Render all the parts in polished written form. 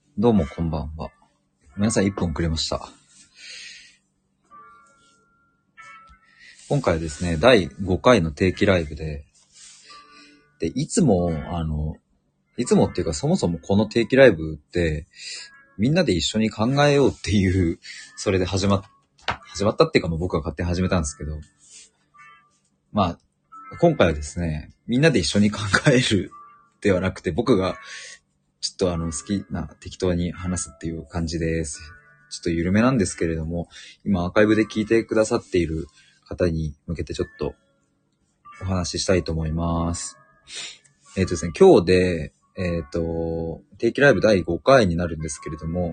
どうもこんばんは。皆さん1分くれました。今回はですね、第5回の定期ライブで、いつもっていうかそもそもこの定期ライブって、みんなで一緒に考えようっていう、それで始まったっていうか僕が勝手に始めたんですけど、今回はですね、みんなで一緒に考えるではなくて、僕がちょっと好きな適当に話すっていう感じです。ちょっと緩めなんですけれども、今アーカイブで聞いてくださっている方に向けてちょっとお話ししたいと思います。ですね、今日で、定期ライブ第5回になるんですけれども、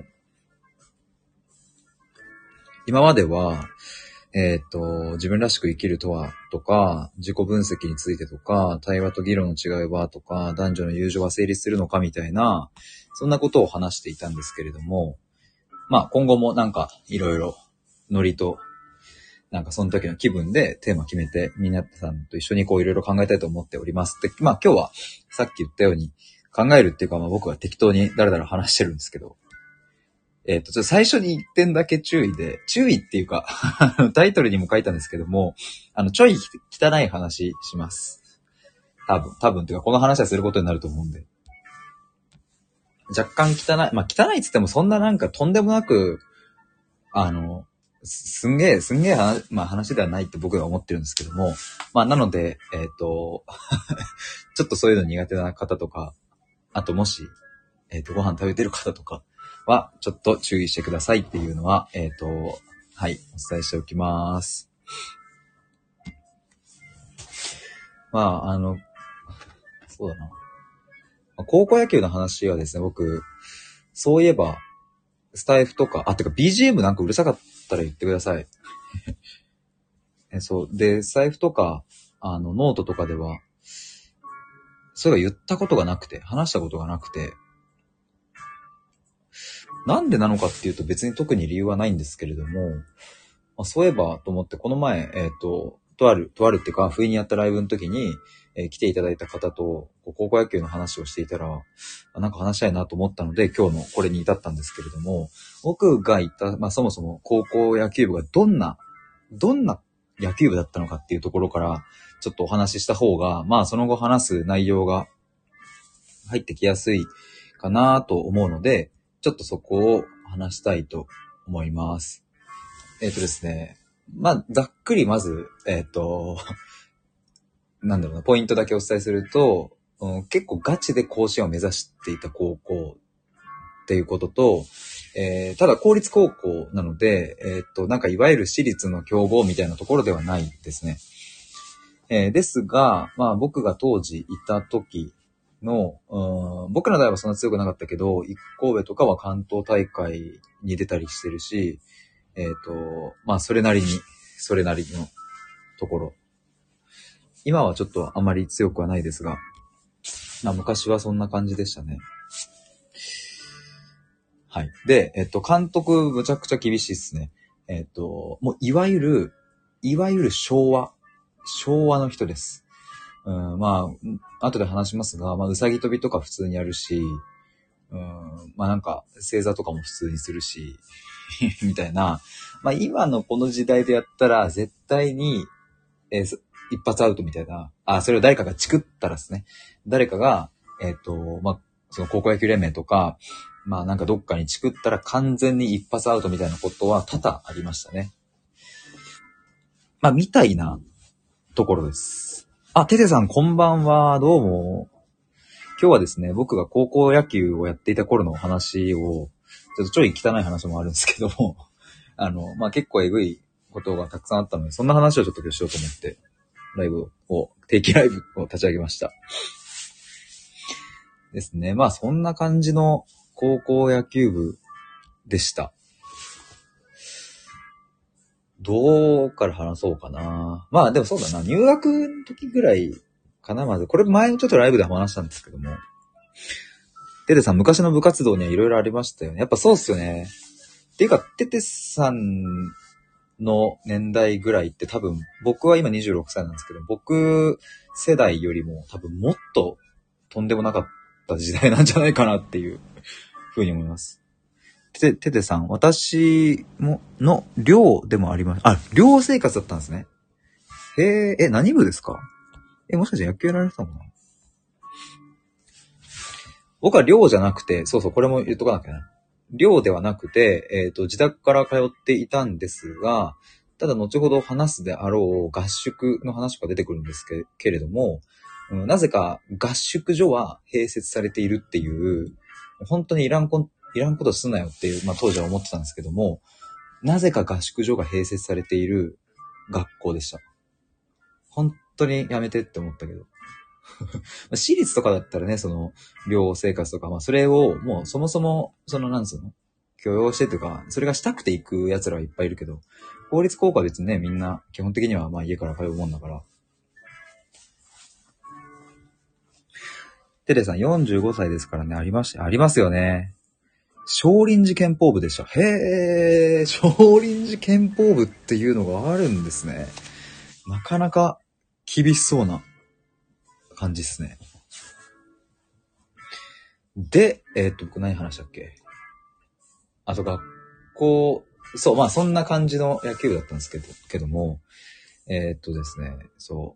今までは、自分らしく生きるとはとか、自己分析についてとか、対話と議論の違いはとか、男女の友情は成立するのかみたいな、そんなことを話していたんですけれども、今後もいろいろノリと、その時の気分でテーマ決めて、皆さんと一緒にいろいろ考えたいと思っております。で、今日はさっき言ったように考えるっていうか、僕は適当にだらだら話してるんですけど、ちょっと最初に一点だけ注意っていうかタイトルにも書いたんですけども、ちょい汚い話します。多分っていうか、この話はすることになると思うんで。若干汚い。汚いって言ってもそんなとんでもなく、すんげえ話ではないって僕が思ってるんですけども、なので、ちょっとそういうの苦手な方とか、あともし、ご飯食べてる方とかは、ちょっと注意してくださいっていうのは、はい、お伝えしておきます。そうだな。高校野球の話はですね、僕、そういえば、スタイフとか、てか BGM うるさかったら言ってください。そう。で、スタイフとか、ノートとかでは、それが言ったことがなくて、話したことがなくて、なんでなのかっていうと別に特に理由はないんですけれども、そういえばと思ってこの前、とあるっていうか、不意にやったライブの時に、来ていただいた方と高校野球の話をしていたら、話したいなと思ったので今日のこれに至ったんですけれども、僕がいた、そもそも高校野球部がどんな野球部だったのかっていうところからちょっとお話しした方が、その後話す内容が入ってきやすいかなと思うので、ちょっとそこを話したいと思います。ですね。ざっくりまず、ポイントだけお伝えすると、結構ガチで甲子園を目指していた高校っていうことと、ただ公立高校なので、いわゆる私立の強豪みたいなところではないですね。ですが、僕が当時いた時の、僕の代はそんな強くなかったけど、一神戸とかは関東大会に出たりしてるし、それなりのところ。今はちょっとあまり強くはないですが、昔はそんな感じでしたね。はい。で、監督むちゃくちゃ厳しいですね。もういわゆる昭和の人です。後で話しますが、うさぎ跳びとか普通にやるし、正座とかも普通にするし、みたいな。今のこの時代でやったら絶対に、一発アウトみたいな。それを誰かがチクったらですね。誰かが、その高校野球連盟とか、どっかにチクったら完全に一発アウトみたいなことは多々ありましたね。みたいなところです。テテさんこんばんは。どうも。今日はですね、僕が高校野球をやっていた頃の話を、ちょっとちょい汚い話もあるんですけども、結構エグいことがたくさんあったので、そんな話をちょっと今日しようと思って、定期ライブを立ち上げました。ですね。そんな感じの高校野球部でした。どうから話そうかな。でもそうだな。入学の時ぐらいかな、まず。これ前にちょっとライブで話したんですけども。テテさん、昔の部活動にはいろいろありましたよね。やっぱそうっすよね。っていうか、テテさんの年代ぐらいって多分、僕は今26歳なんですけど、僕世代よりも多分もっととんでもなかった時代なんじゃないかなっていうふうに思います。ててさん、私の寮でもあります。あ、寮生活だったんですね。へえ、何部ですか？もしかして野球やられてたのかな？僕は寮じゃなくて、そうそう、これも言っとかなきゃな。寮ではなくて、自宅から通っていたんですが、ただ後ほど話すであろう合宿の話が出てくるんですけれども、なぜか合宿所は併設されているっていう、本当にいらんことすんなよっていう、当時は思ってたんですけども、なぜか合宿所が併設されている学校でした。本当にやめてって思ったけど。私立とかだったらね、その、寮生活とか、それをもうそもそも、なんつうの許容してというか、それがしたくて行く奴らはいっぱいいるけど、公立高校は別にね、みんな基本的には家から通うもんだから。テレさん45歳ですからね、ありますよね。少林寺拳法部でした。へー、少林寺拳法部っていうのがあるんですね。なかなか厳しそうな感じですね。で、僕何話したっけ？あと学校、そう、そんな感じの野球部だったんですけども、ですね、そう。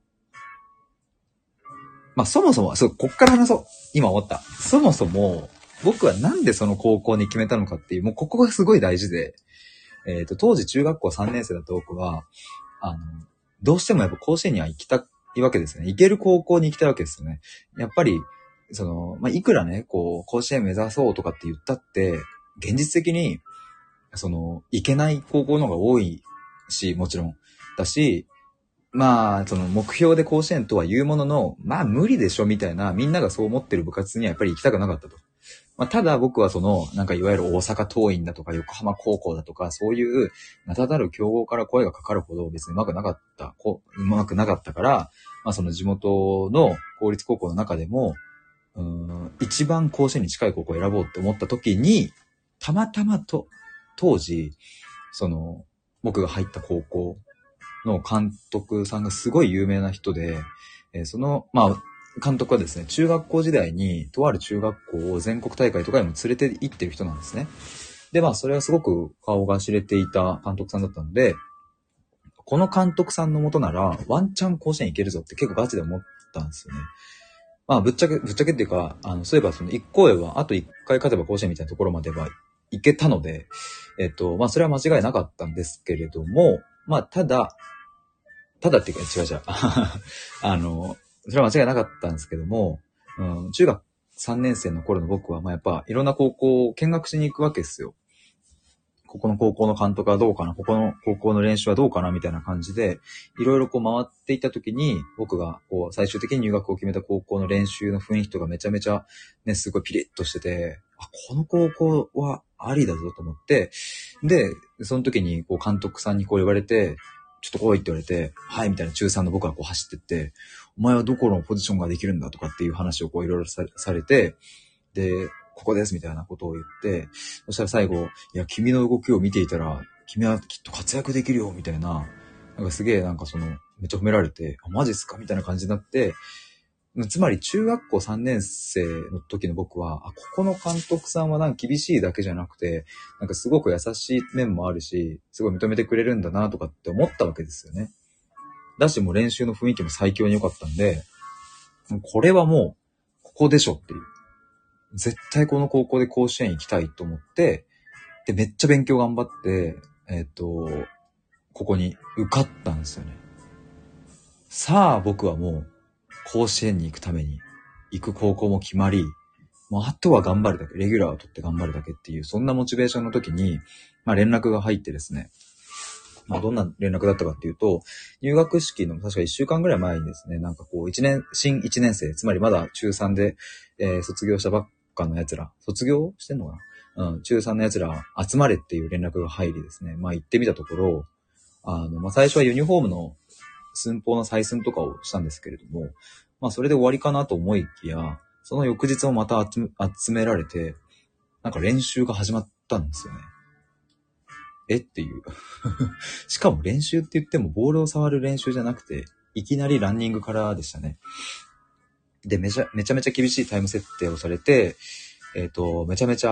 そもそも、こっから話そう。今思った。そもそも、僕はなんでその高校に決めたのかっていう、もうここがすごい大事で、当時中学校3年生だった僕は、どうしてもやっぱ甲子園には行きたいわけですね。行ける高校に行きたいわけですよね。やっぱり、いくらね、甲子園目指そうとかって言ったって、現実的に、行けない高校の方が多いし、もちろん。だし、目標で甲子園とは言うものの、無理でしょみたいな、みんながそう思ってる部活にはやっぱり行きたくなかったと。ただ僕はいわゆる大阪桐蔭だとか横浜高校だとか、そういう名だたる強豪から声がかかるほど別に上手くなかったから、地元の公立高校の中でも、一番甲子園に近い高校を選ぼうって思った時に、たまたま当時、僕が入った高校の監督さんがすごい有名な人で、監督はですね、中学校時代に、とある中学校を全国大会とかにも連れて行ってる人なんですね。で、それはすごく顔が知れていた監督さんだったので、この監督さんのもとなら、ワンチャン甲子園行けるぞって結構ガチで思ったんですよね。ぶっちゃけっていうか、そういえば一校へは、あと一回勝てば甲子園みたいなところまでは行けたので、それは間違いなかったんですけれども、ただっていうか、違う。それは間違いなかったんですけども、中学3年生の頃の僕は、やっぱいろんな高校を見学しに行くわけですよ。ここの高校の監督はどうかな、ここの高校の練習はどうかな、みたいな感じで、いろいろ回っていった時に、僕が最終的に入学を決めた高校の練習の雰囲気とかめちゃめちゃね、すごいピリッとしてて、この高校はありだぞと思って、で、その時に監督さんに言われて、ちょっと来いって言われて、はい、みたいな中3の僕が走ってって、お前はどこのポジションができるんだとかっていう話をいろいろされて、で、ここですみたいなことを言って、そしたら最後、いや、君の動きを見ていたら、君はきっと活躍できるよみたいな、すげえめっちゃ褒められて、マジっすかみたいな感じになって、つまり中学校3年生の時の僕は、ここの監督さんは厳しいだけじゃなくて、すごく優しい面もあるし、すごい認めてくれるんだなとかって思ったわけですよね。だしもう練習の雰囲気も最強に良かったんで、これはもう、ここでしょっていう。絶対この高校で甲子園行きたいと思って、で、めっちゃ勉強頑張って、ここに受かったんですよね。さあ僕はもう、甲子園に行くために、行く高校も決まり、もうあとは頑張るだけ、レギュラーを取って頑張るだけっていう、そんなモチベーションの時に、連絡が入ってですね、どんな連絡だったかっていうと、入学式の確か1週間ぐらい前にですね、新1年生、つまりまだ中3で、卒業したばっかの奴ら、卒業してんのかな？中3の奴ら集まれっていう連絡が入りですね、行ってみたところ、最初はユニフォームの寸法の採寸とかをしたんですけれども、それで終わりかなと思いきや、その翌日もまた集められて、練習が始まったんですよね。っていう。しかも練習って言ってもボールを触る練習じゃなくて、いきなりランニングからでしたね。で、めちゃめちゃ厳しいタイム設定をされて、めちゃめちゃ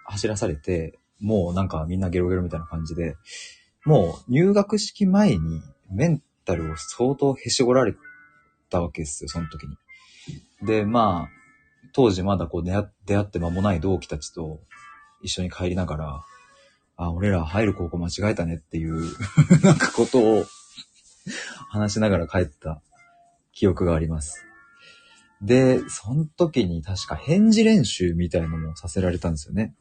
走らされて、もうなんかみんなゲロゲロみたいな感じで、もう入学式前にメンタルを相当へし折られたわけですよ、その時に。で、まあ、当時まだこう出会って間もない同期たちと一緒に帰りながら、あ、俺ら入る高校間違えたねっていうなんかことを話しながら帰った記憶があります。で、その時に確か返事練習みたいなのもさせられたんですよね。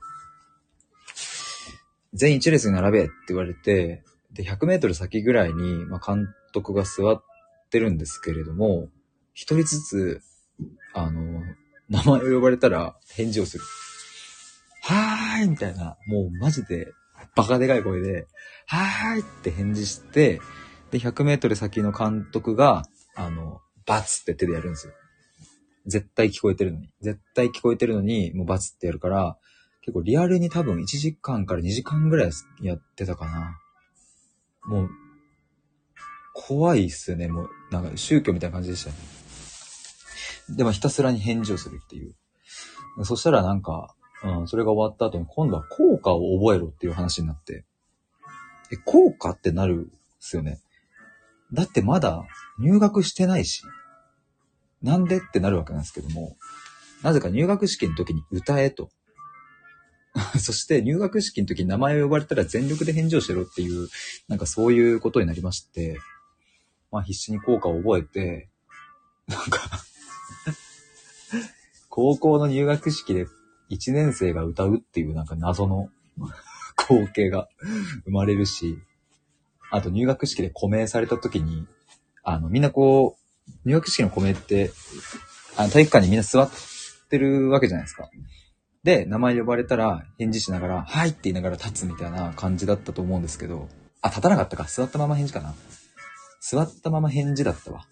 全員一列に並べって言われて、で、100メートル先ぐらいに、監督が座ってるんですけれども、一人ずつ、名前を呼ばれたら返事をする。はーいみたいな、もうマジでバカでかい声で、はーいって返事して、で、100メートル先の監督が、バツって手でやるんですよ。絶対聞こえてるのに、もうバツってやるから、結構リアルに多分1時間から2時間ぐらいやってたかな。もう、怖いっすよね。もう、なんか宗教みたいな感じでしたね。でもひたすらに返事をするっていう。そしたらなんか、それが終わった後に今度は効果を覚えろっていう話になって、効果ってなるっすよね。だってまだ入学してないし、なんでってなるわけなんですけども、なぜか入学式の時に歌えと。そして入学式の時に名前を呼ばれたら全力で返事をしろっていう、なんかそういうことになりまして、必死に効果を覚えて、なんか高校の入学式で1年生が歌うっていうなんか謎の光景が生まれるし、あと入学式で鼓鳴された時に、みんなこう、入学式の鼓鳴って、体育館にみんな座ってるわけじゃないですか。で、名前呼ばれたら返事しながら、はいって言いながら立つみたいな感じだったと思うんですけど、立たなかったか。座ったまま返事かな。座ったまま返事だったわ。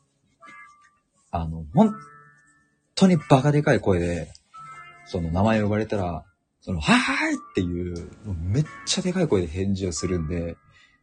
本当にバカでかい声で、その名前呼ばれたら、はーいっていう、めっちゃでかい声で返事をするんで、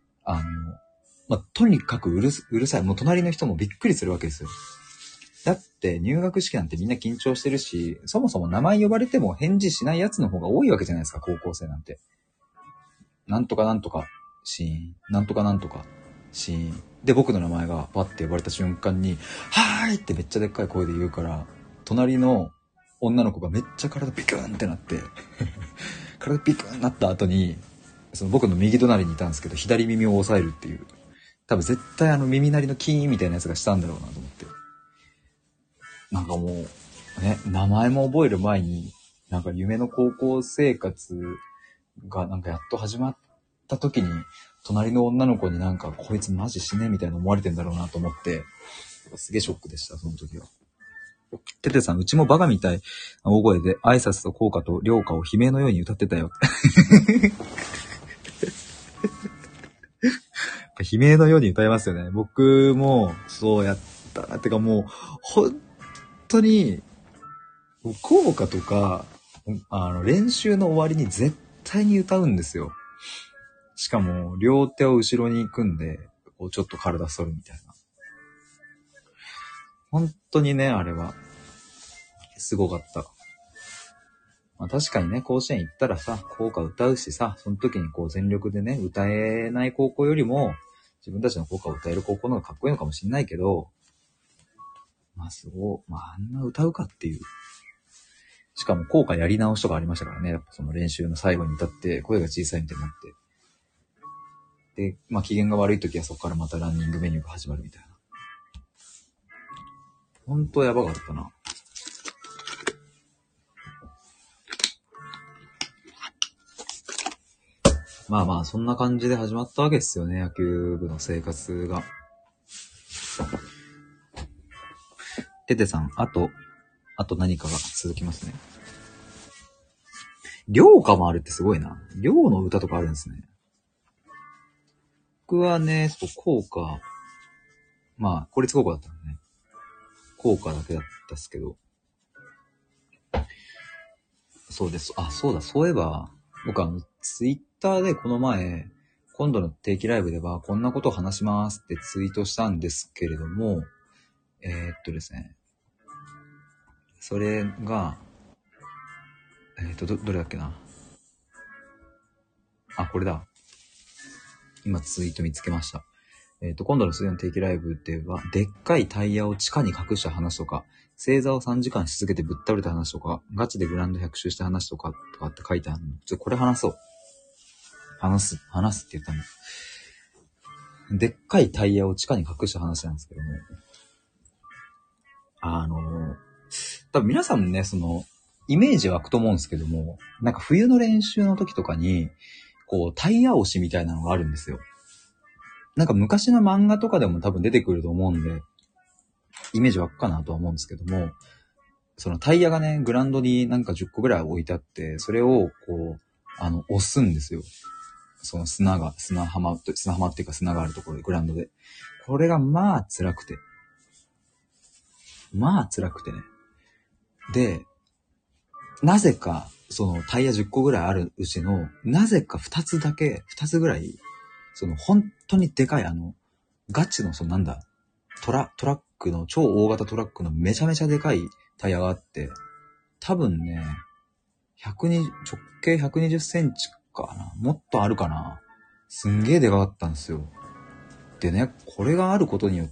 とにかくうるさい。もう隣の人もびっくりするわけですよ。だって入学式なんてみんな緊張してるし、そもそも名前呼ばれても返事しないやつの方が多いわけじゃないですか、高校生なんて。なんとかなんとか、シーン。なんとかなんとか、シーン。で、僕の名前がパッて呼ばれた瞬間に、はーいってめっちゃでっかい声で言うから、隣の女の子がめっちゃ体ビクーンってなって、体ビクーンなった後に、その僕の右隣にいたんですけど、左耳を押さえるっていう。多分絶対耳鳴りのキーンみたいなやつがしたんだろうなと思って。なんかもう、ね、名前も覚える前に、なんか夢の高校生活がなんかやっと始まった時に、隣の女の子になんかこいつマジ死ねみたいな思われてんだろうなと思って、すげえショックでした、その時は。ててさん、うちもバカみたいな大声で挨拶と効果と良歌を悲鳴のように歌ってたよ。悲鳴のように歌いますよね。僕もそうやったな。てかもう、本当に、効果とか、練習の終わりに絶対に歌うんですよ。しかも、両手を後ろに組んで、こうちょっと体反るみたいな。本当にね、あれは、すごかった。確かにね、甲子園行ったらさ、校歌歌うしさ、その時にこう全力でね、歌えない高校よりも、自分たちの校歌を歌える高校の方がかっこいいのかもしれないけど、あんな歌うかっていう。しかも校歌やり直しとかありましたからね、やっぱその練習の最後に歌って声が小さいみたいになって。で、機嫌が悪い時はそこからまたランニングメニューが始まるみたいな。ほんとやばかったな。そんな感じで始まったわけですよね、野球部の生活が。ててさん、あと何かが続きますね。寮歌もあるってすごいな。寮の歌とかあるんですね。僕はね、校歌、公立高校だったんでね。校歌だけだったっすけど。そうです。そうだ、そういえば、僕ツイッターでこの前、今度の定期ライブではこんなことを話しますってツイートしたんですけれども、ですね。それが、どれだっけな。 あ、これだ。今ツイート見つけました。今度の水曜の定期ライブでは、でっかいタイヤを地下に隠した話とか、正座を3時間し続けてぶっ倒れた話とか、ガチでグラウンド100周した話とかって書いてあるの。これ話そう。話すって言ったの。でっかいタイヤを地下に隠した話なんですけども。多分皆さんもね、イメージ湧くと思うんですけども、なんか冬の練習の時とかに、こう、タイヤ押しみたいなのがあるんですよ。なんか昔の漫画とかでも多分出てくると思うんで、イメージ湧くかなとは思うんですけども、そのタイヤがね、グラウンドになんか10個ぐらい置いてあって、それをこう、押すんですよ。その砂浜っていうか砂があるところで、グラウンドで。これがまあ辛くて。ね。で、なぜか、そのタイヤ10個ぐらいあるうちの、なぜか2つぐらい、本当にでかいガチのトラックの、超大型トラックのめちゃめちゃでかいタイヤがあって、多分ね、直径120センチかな。もっとあるかな。すんげえでかかったんですよ。でね、これがあることによって、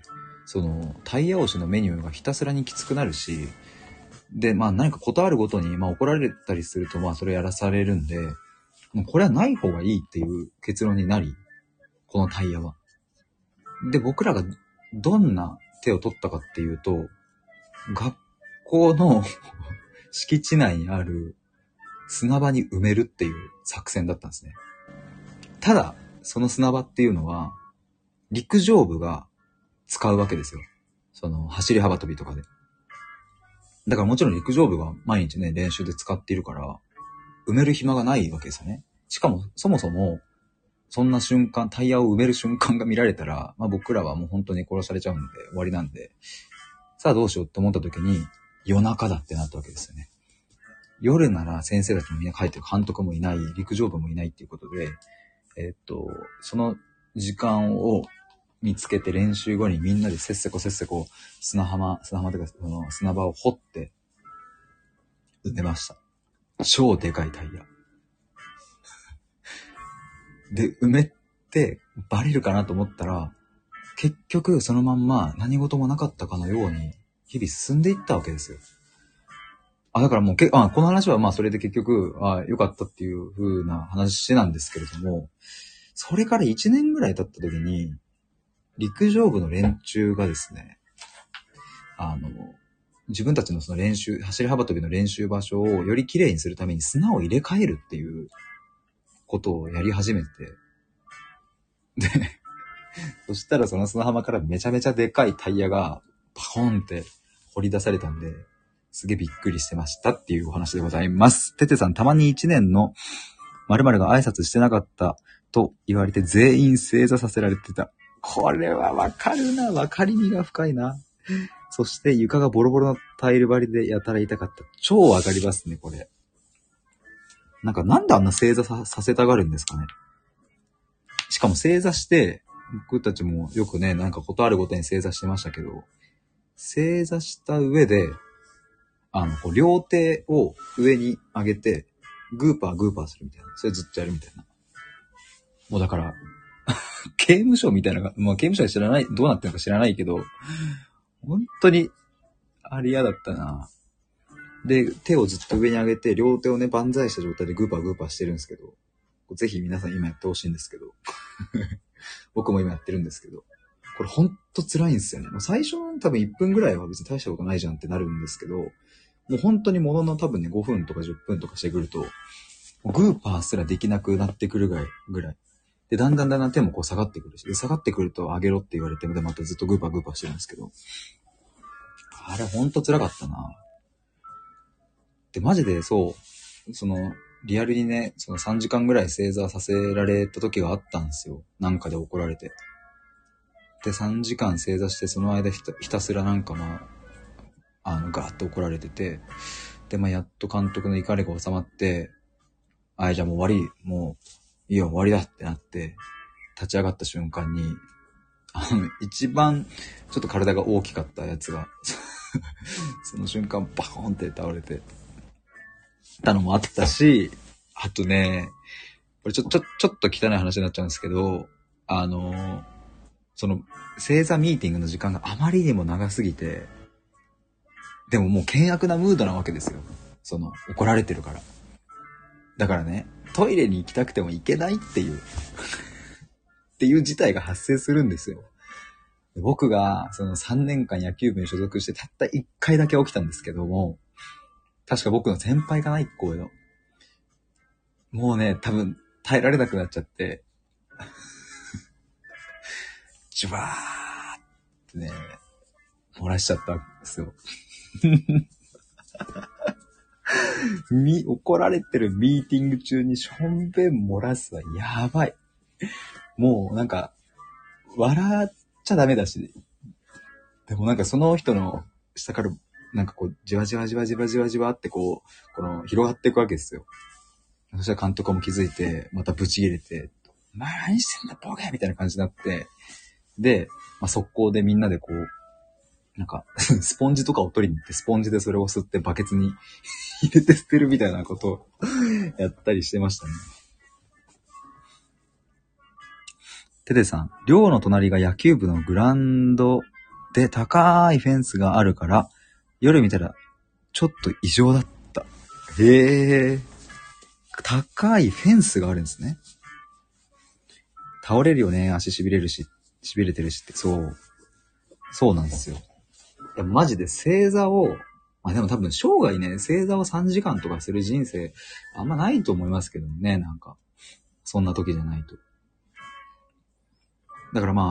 タイヤ押しのメニューがひたすらにきつくなるし、で、まあ何かことあるごとに、まあ怒られたりすると、まあそれやらされるんで、もうこれはない方がいいっていう結論になり、このタイヤは。で、僕らがどんな手を取ったかっていうと、学校の敷地内にある砂場に埋めるっていう作戦だったんですね。ただ、その砂場っていうのは、陸上部が使うわけですよ。走り幅跳びとかで。だからもちろん陸上部が毎日ね、練習で使っているから、埋める暇がないわけですよね。しかも、そもそも、そんな瞬間、タイヤを埋める瞬間が見られたら、まあ僕らはもう本当に殺されちゃうんで、終わりなんで、さあどうしようって思った時に、夜中だってなったわけですよね。夜なら先生たちもみんな帰ってる、監督もいない、陸上部もいないっていうことで、その時間を見つけて練習後にみんなでせっせこ砂浜というか砂場を掘って埋めました。超でかいタイヤ。で、埋めてバレるかなと思ったら、結局そのまんま何事もなかったかのように日々進んでいったわけですよ。だからもうこの話はまあそれで結局、良かったっていう風な話なんですけれども、それから1年ぐらい経った時に、陸上部の連中がですね、自分たちのその練習、走り幅跳びの練習場所をより綺麗にするために砂を入れ替えるっていうことをやり始めて、で、そしたらその砂浜からめちゃめちゃでかいタイヤがパコンって掘り出されたんで、すげえびっくりしてましたっていうお話でございます。ててさん、たまに1年の〇〇が挨拶してなかったと言われて全員正座させられてた。これはわかるな。わかりみが深いな。そして床がボロボロのタイル張りでやたら痛かった。超わかりますね、これ。なんであんな正座させたがるんですかね。しかも正座して、僕たちもよくね、なんかことあるごとに正座してましたけど、正座した上で、両手を上に上げて、グーパーするみたいな。それずっとやるみたいな。もうだから、刑務所みたいな、まあ刑務所は知らない、どうなってるのか知らないけど、本当に、あれ嫌だったな。で、手をずっと上に上げて、両手をね、万歳した状態でグーパーしてるんですけど、ぜひ皆さん今やってほしいんですけど、僕も今やってるんですけど、これほんと辛いんですよね。もう最初の多分1分ぐらいは別に大したことないじゃんってなるんですけど、もう本当にものの多分ね、5分とか10分とかしてくると、グーパーすらできなくなってくるぐらい。で、だんだん手もこう下がってくるし、で下がってくると上げろって言われて、で、またずっとグーパーしてるんですけど、あれほんと辛かったな。で、マジでそう、リアルにね、3時間ぐらい正座させられた時があったんですよ。なんかで怒られて。で、3時間正座して、その間ひたすらガーッと怒られてて、で、まあ、やっと監督の怒りが収まって、じゃあもう終わり、もう、いいよ、終わりだってなって、立ち上がった瞬間に、一番、ちょっと体が大きかったやつが、その瞬間、バコーンって倒れてたのもあったし、あとね、 これちょっと汚い話になっちゃうんですけど、その、星座ミーティングの時間があまりにも長すぎて、でももう険悪なムードなわけですよ。怒られてるから。だからね、トイレに行きたくても行けないっていう事態が発生するんですよ。で僕がその3年間野球部に所属してたった1回だけ起きたんですけども、確か僕の先輩かな、1個上の。もうね、多分耐えられなくなっちゃって、ジュワーってね、漏らしちゃったんですよ。怒られてるミーティング中にしょんべん漏らすはやばい。もうなんか、笑っちゃダメだし。でもなんかその人の下からなんかこう、じわじわじわじわじわじわってこう、広がっていくわけですよ。そしたら監督も気づいて、またブチ切れて、お前何してんだボケみたいな感じになって、で、速攻でみんなでこう、なんか、スポンジとかを取りに行って、スポンジでそれを吸ってバケツに入れて捨てるみたいなことをやったりしてましたね。テテさん、寮の隣が野球部のグラウンドで高いフェンスがあるから、夜見たらちょっと異常だった。へー。高いフェンスがあるんですね。倒れるよね、足痺れるし、痺れてるしって、そうなんですよ。いや、マジで正座を、でも多分生涯ね、正座を3時間とかする人生、あんまないと思いますけどね、なんか。そんな時じゃないと。だから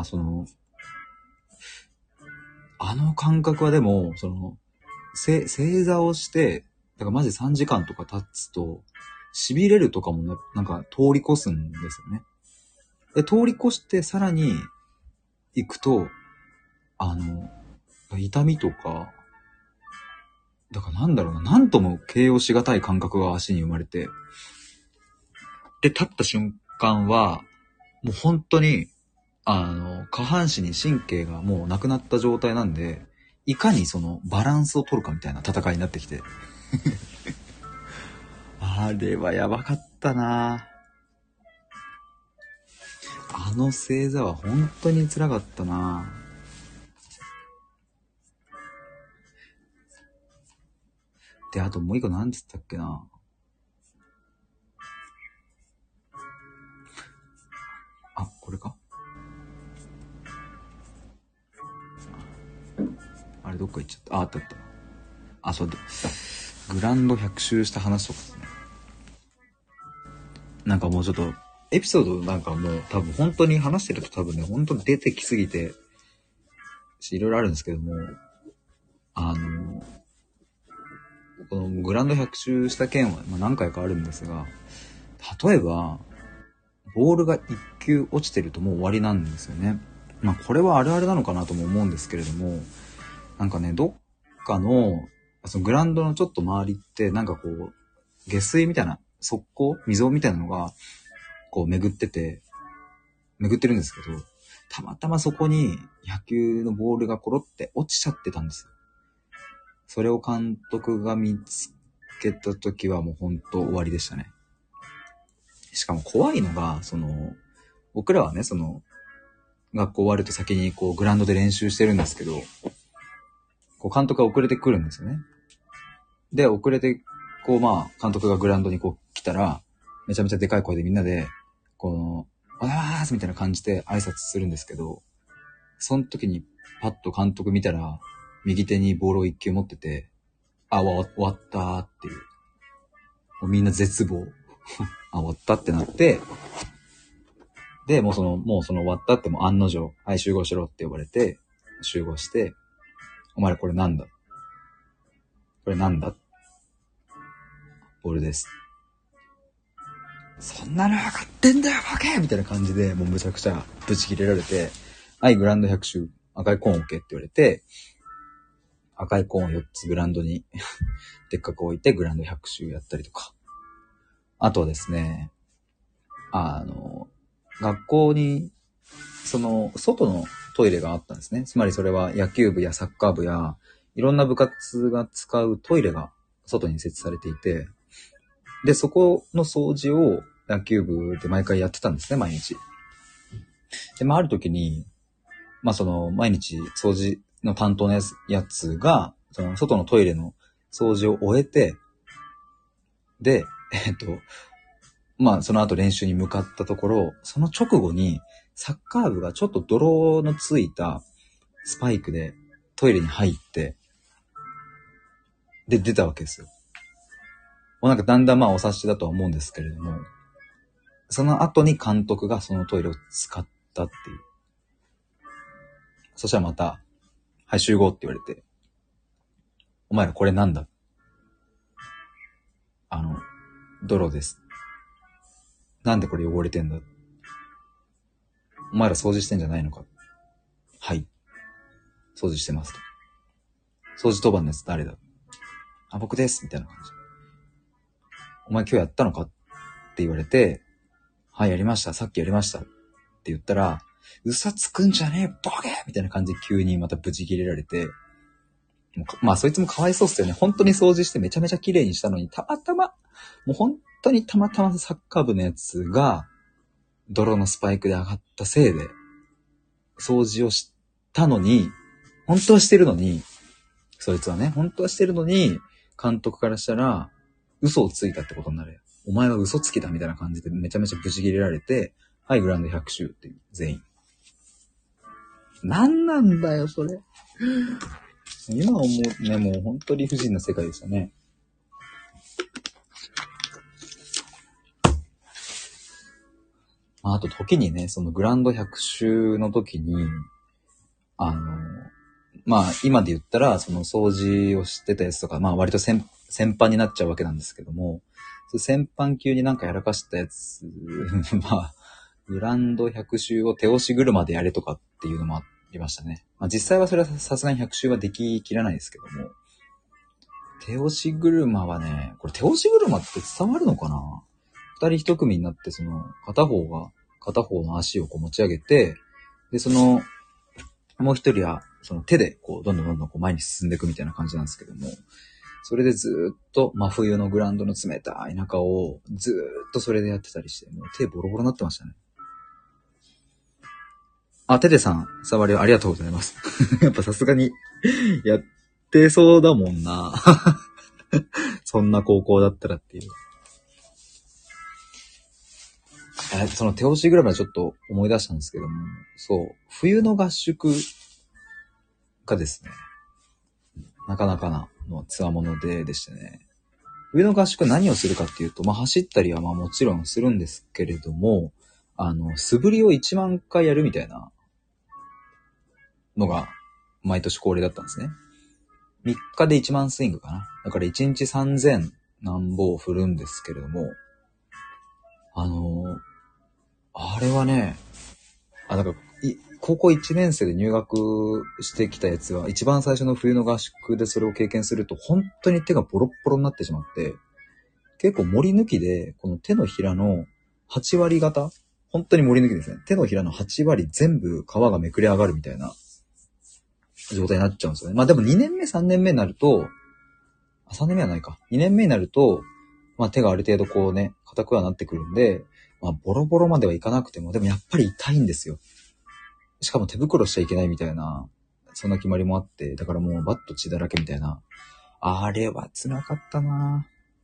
あの感覚はでも、正座をして、だからマジ3時間とか経つと、痺れるとかもね、なんか通り越すんですよね。で、通り越してさらに行くと、痛みとか、だからなんだろうな、なんとも形容しがたい感覚が足に生まれて、で、立った瞬間は、もう本当に、下半身に神経がもうなくなった状態なんで、いかにバランスを取るかみたいな戦いになってきて。あれはやばかったな。あの正座は本当に辛かったな。で、あともう一個何つったっけな。これか。あれどっか行っちゃった。あった。そうだ。グランド100周した話とかですね。なんかもうちょっと、エピソードなんかもう多分本当に話してると多分ね、本当に出てきすぎて、いろいろあるんですけども、このグランド100周した件は何回かあるんですが、例えば、ボールが1球落ちてるともう終わりなんですよね。これはあるあるなのかなとも思うんですけれども、なんかね、どっかの、そのグラウンドのちょっと周りって、なんかこう、下水みたいな、側溝溝みたいなのが、こう巡ってるんですけど、たまたまそこに野球のボールがコロって落ちちゃってたんですよ。それを監督が見つけた時はもう本当終わりでしたね。しかも怖いのが、僕らはね、学校終わると先にこうグラウンドで練習してるんですけど、こう監督が遅れてくるんですよね。で、遅れて、監督がグラウンドにこう来たら、めちゃめちゃでかい声でみんなで、おはようございますみたいな感じで挨拶するんですけど、その時にパッと監督見たら、右手にボールを1球持ってて、終わったーっていう。もうみんな絶望。終わったってなって、で、もう終わったってもう案の定、はい、集合しろって呼ばれて、集合して、お前らこれなんだボールです。そんなの分かってんだよ、ボケみたいな感じで、もうむちゃくちゃブチ切れられて、はい、グラウンド100周、赤いコーン OK って言われて、赤いコーン4つグラウンドにでっかく置いてグラウンド100周やったりとか。あとはですね、学校に、外のトイレがあったんですね。つまりそれは野球部やサッカー部や、いろんな部活が使うトイレが外に設置されていて、で、そこの掃除を、 野球部で毎回やってたんですね、毎日。で、ある時に、毎日掃除の担当のやつが、外のトイレの掃除を終えて、で、その後練習に向かったところ、その直後に、サッカー部がちょっと泥のついたスパイクでトイレに入って、で、出たわけですよ。もうだんだんお察しだとは思うんですけれども、その後に監督がそのトイレを使ったっていう。そしたらまた、はい、集合って言われて、お前らこれなんだ？泥です。なんでこれ汚れてんだ？お前ら掃除してんじゃないのか？はい。掃除してますと。掃除当番のやつ誰だ？あ、僕です。みたいな感じ。お前今日やったのか？って言われて、はい、やりました。さっきやりました。って言ったら、嘘つくんじゃねえ、ボケみたいな感じで急にまたブチ切れられて、そいつもかわいそうっすよね。本当に掃除してめちゃめちゃ綺麗にしたのに、もう本当にたまたまサッカー部のやつが、泥のスパイクで上がったせいで、掃除をしたのに、本当はしてるのに、そいつはね、本当はしてるのに、監督からしたら、嘘をついたってことになるよ。お前は嘘つきだみたいな感じでめちゃめちゃブチ切れられて、はい、グラウンド100周っていう、全員。なんなんだよ、それ。今思うね、もう本当に理不尽な世界でしたね。あと時にね、そのグラウンド100周の時に、今で言ったら、その掃除をしてたやつとか、割と先般になっちゃうわけなんですけども、先般級になんかやらかしたやつ、グラウンド100周を手押し車でやれとかっていうのもありましたね。実際はそれはさすがに100周はでききらないですけども、手押し車はね、これ手押し車って伝わるのかな？二人一組になって、片方の足をこう持ち上げて、で、もう一人は、手でこう、どんどんこう前に進んでいくみたいな感じなんですけども、それでずっと真冬のグラウンドの冷たい中をずっとそれでやってたりして、もう手ボロボロになってましたね。あ、テテさん、触りありがとうございます。やっぱさすがにやってそうだもんな。そんな高校だったらっていう。その手押し車でちょっと思い出したんですけども、そう、冬の合宿がですね、なかなかなの強者でしてね、冬の合宿何をするかっていうと、走ったりはもちろんするんですけれども、素振りを1万回やるみたいなのが毎年恒例だったんですね。3日で1万スイングかな。だから1日3000何本を振るんですけれども、あれはね、高校1年生で入学してきたやつは、一番最初の冬の合宿でそれを経験すると、本当に手がボロッボロになってしまって、結構森抜きで、この手のひらの8割方、本当に森抜きですね。手のひらの8割全部皮がめくれ上がるみたいな状態になっちゃうんですよね。でも2年目、3年目になると、3年目はないか。2年目になると、手がある程度こうね、硬くはなってくるんで、ボロボロまではいかなくても、でもやっぱり痛いんですよ。しかも手袋しちゃいけないみたいな、そんな決まりもあって、だからもうバット血だらけみたいな。あれは辛かったな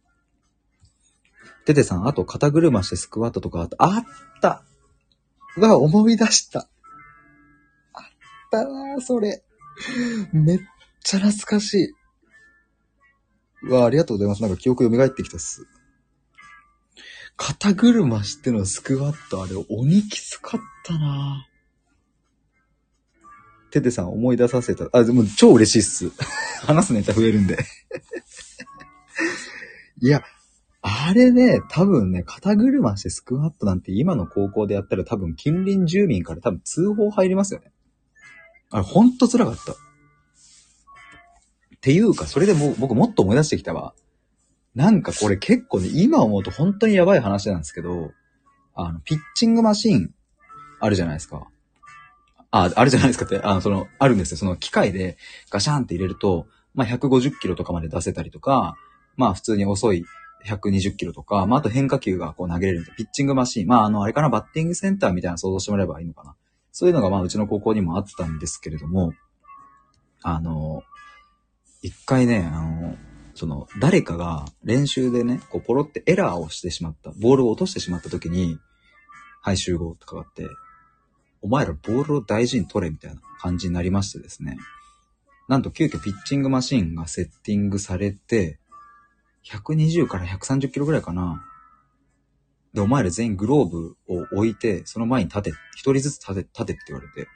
ぁ。テテさん、あと肩車してスクワットとかあった思い出した。あったなぁ、それ。めっちゃ懐かしい。ありがとうございます。なんか記憶蘇ってきたっす。肩車してのスクワット、あれ鬼きつかったなぁ。テテさん思い出させた。でも超嬉しいっす。話すネタ増えるんで。いや、あれね、多分ね、肩車してスクワットなんて今の高校でやったら多分近隣住民から多分通報入りますよね。あれほんと辛かった。っていうか、それでも僕もっと思い出してきたわ。なんかこれ結構ね、今思うと本当にやばい話なんですけど、ピッチングマシーンあるじゃないですか。あるじゃないですかって、あるんですよ。その機械でガシャンって入れると、150キロとかまで出せたりとか、普通に遅い 120キロとか、まあ、あと変化球がこう投げれるピッチングマシーン。まあ、あれかな、バッティングセンターみたいな想像してもらえばいいのかな。そういうのがまあ、うちの高校にもあったんですけれども、一回ね、誰かが練習でね、こう、ポロってエラーをしてしまった、ボールを落としてしまった時に、はい、集合とかがあって、お前らボールを大事に取れみたいな感じになりましてですね。なんと急遽ピッチングマシンがセッティングされて、120から130キロぐらいかな。で、お前ら全員グローブを置いて、その前に立て、一人ずつ立てって言われて、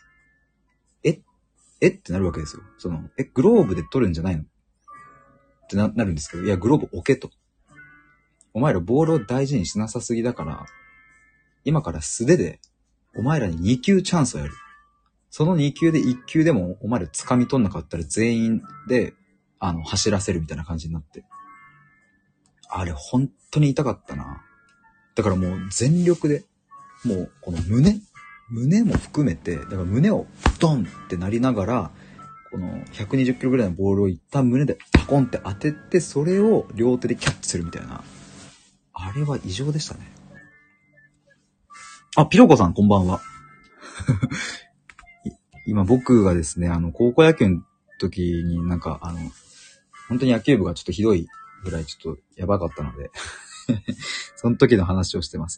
ってなるわけですよ。グローブで取るんじゃないのってなるんですけど、いや、グローブ置けと。お前らボールを大事にしなさすぎだから、今から素手で、お前らに2球チャンスをやる。その2球で1球でもお前ら掴み取んなかったら全員で、走らせるみたいな感じになって。あれ、本当に痛かったな。だからもう全力で、もうこの胸も含めて、だから胸をドンってなりながら、この120キロぐらいのボールを一旦胸でパコンって当てて、それを両手でキャッチするみたいな。あれは異常でしたね。あ、ピロコさんこんばんは。今僕がですね、高校野球の時になんか、本当に野球部がちょっとひどいぐらいちょっとやばかったので、その時の話をしてます。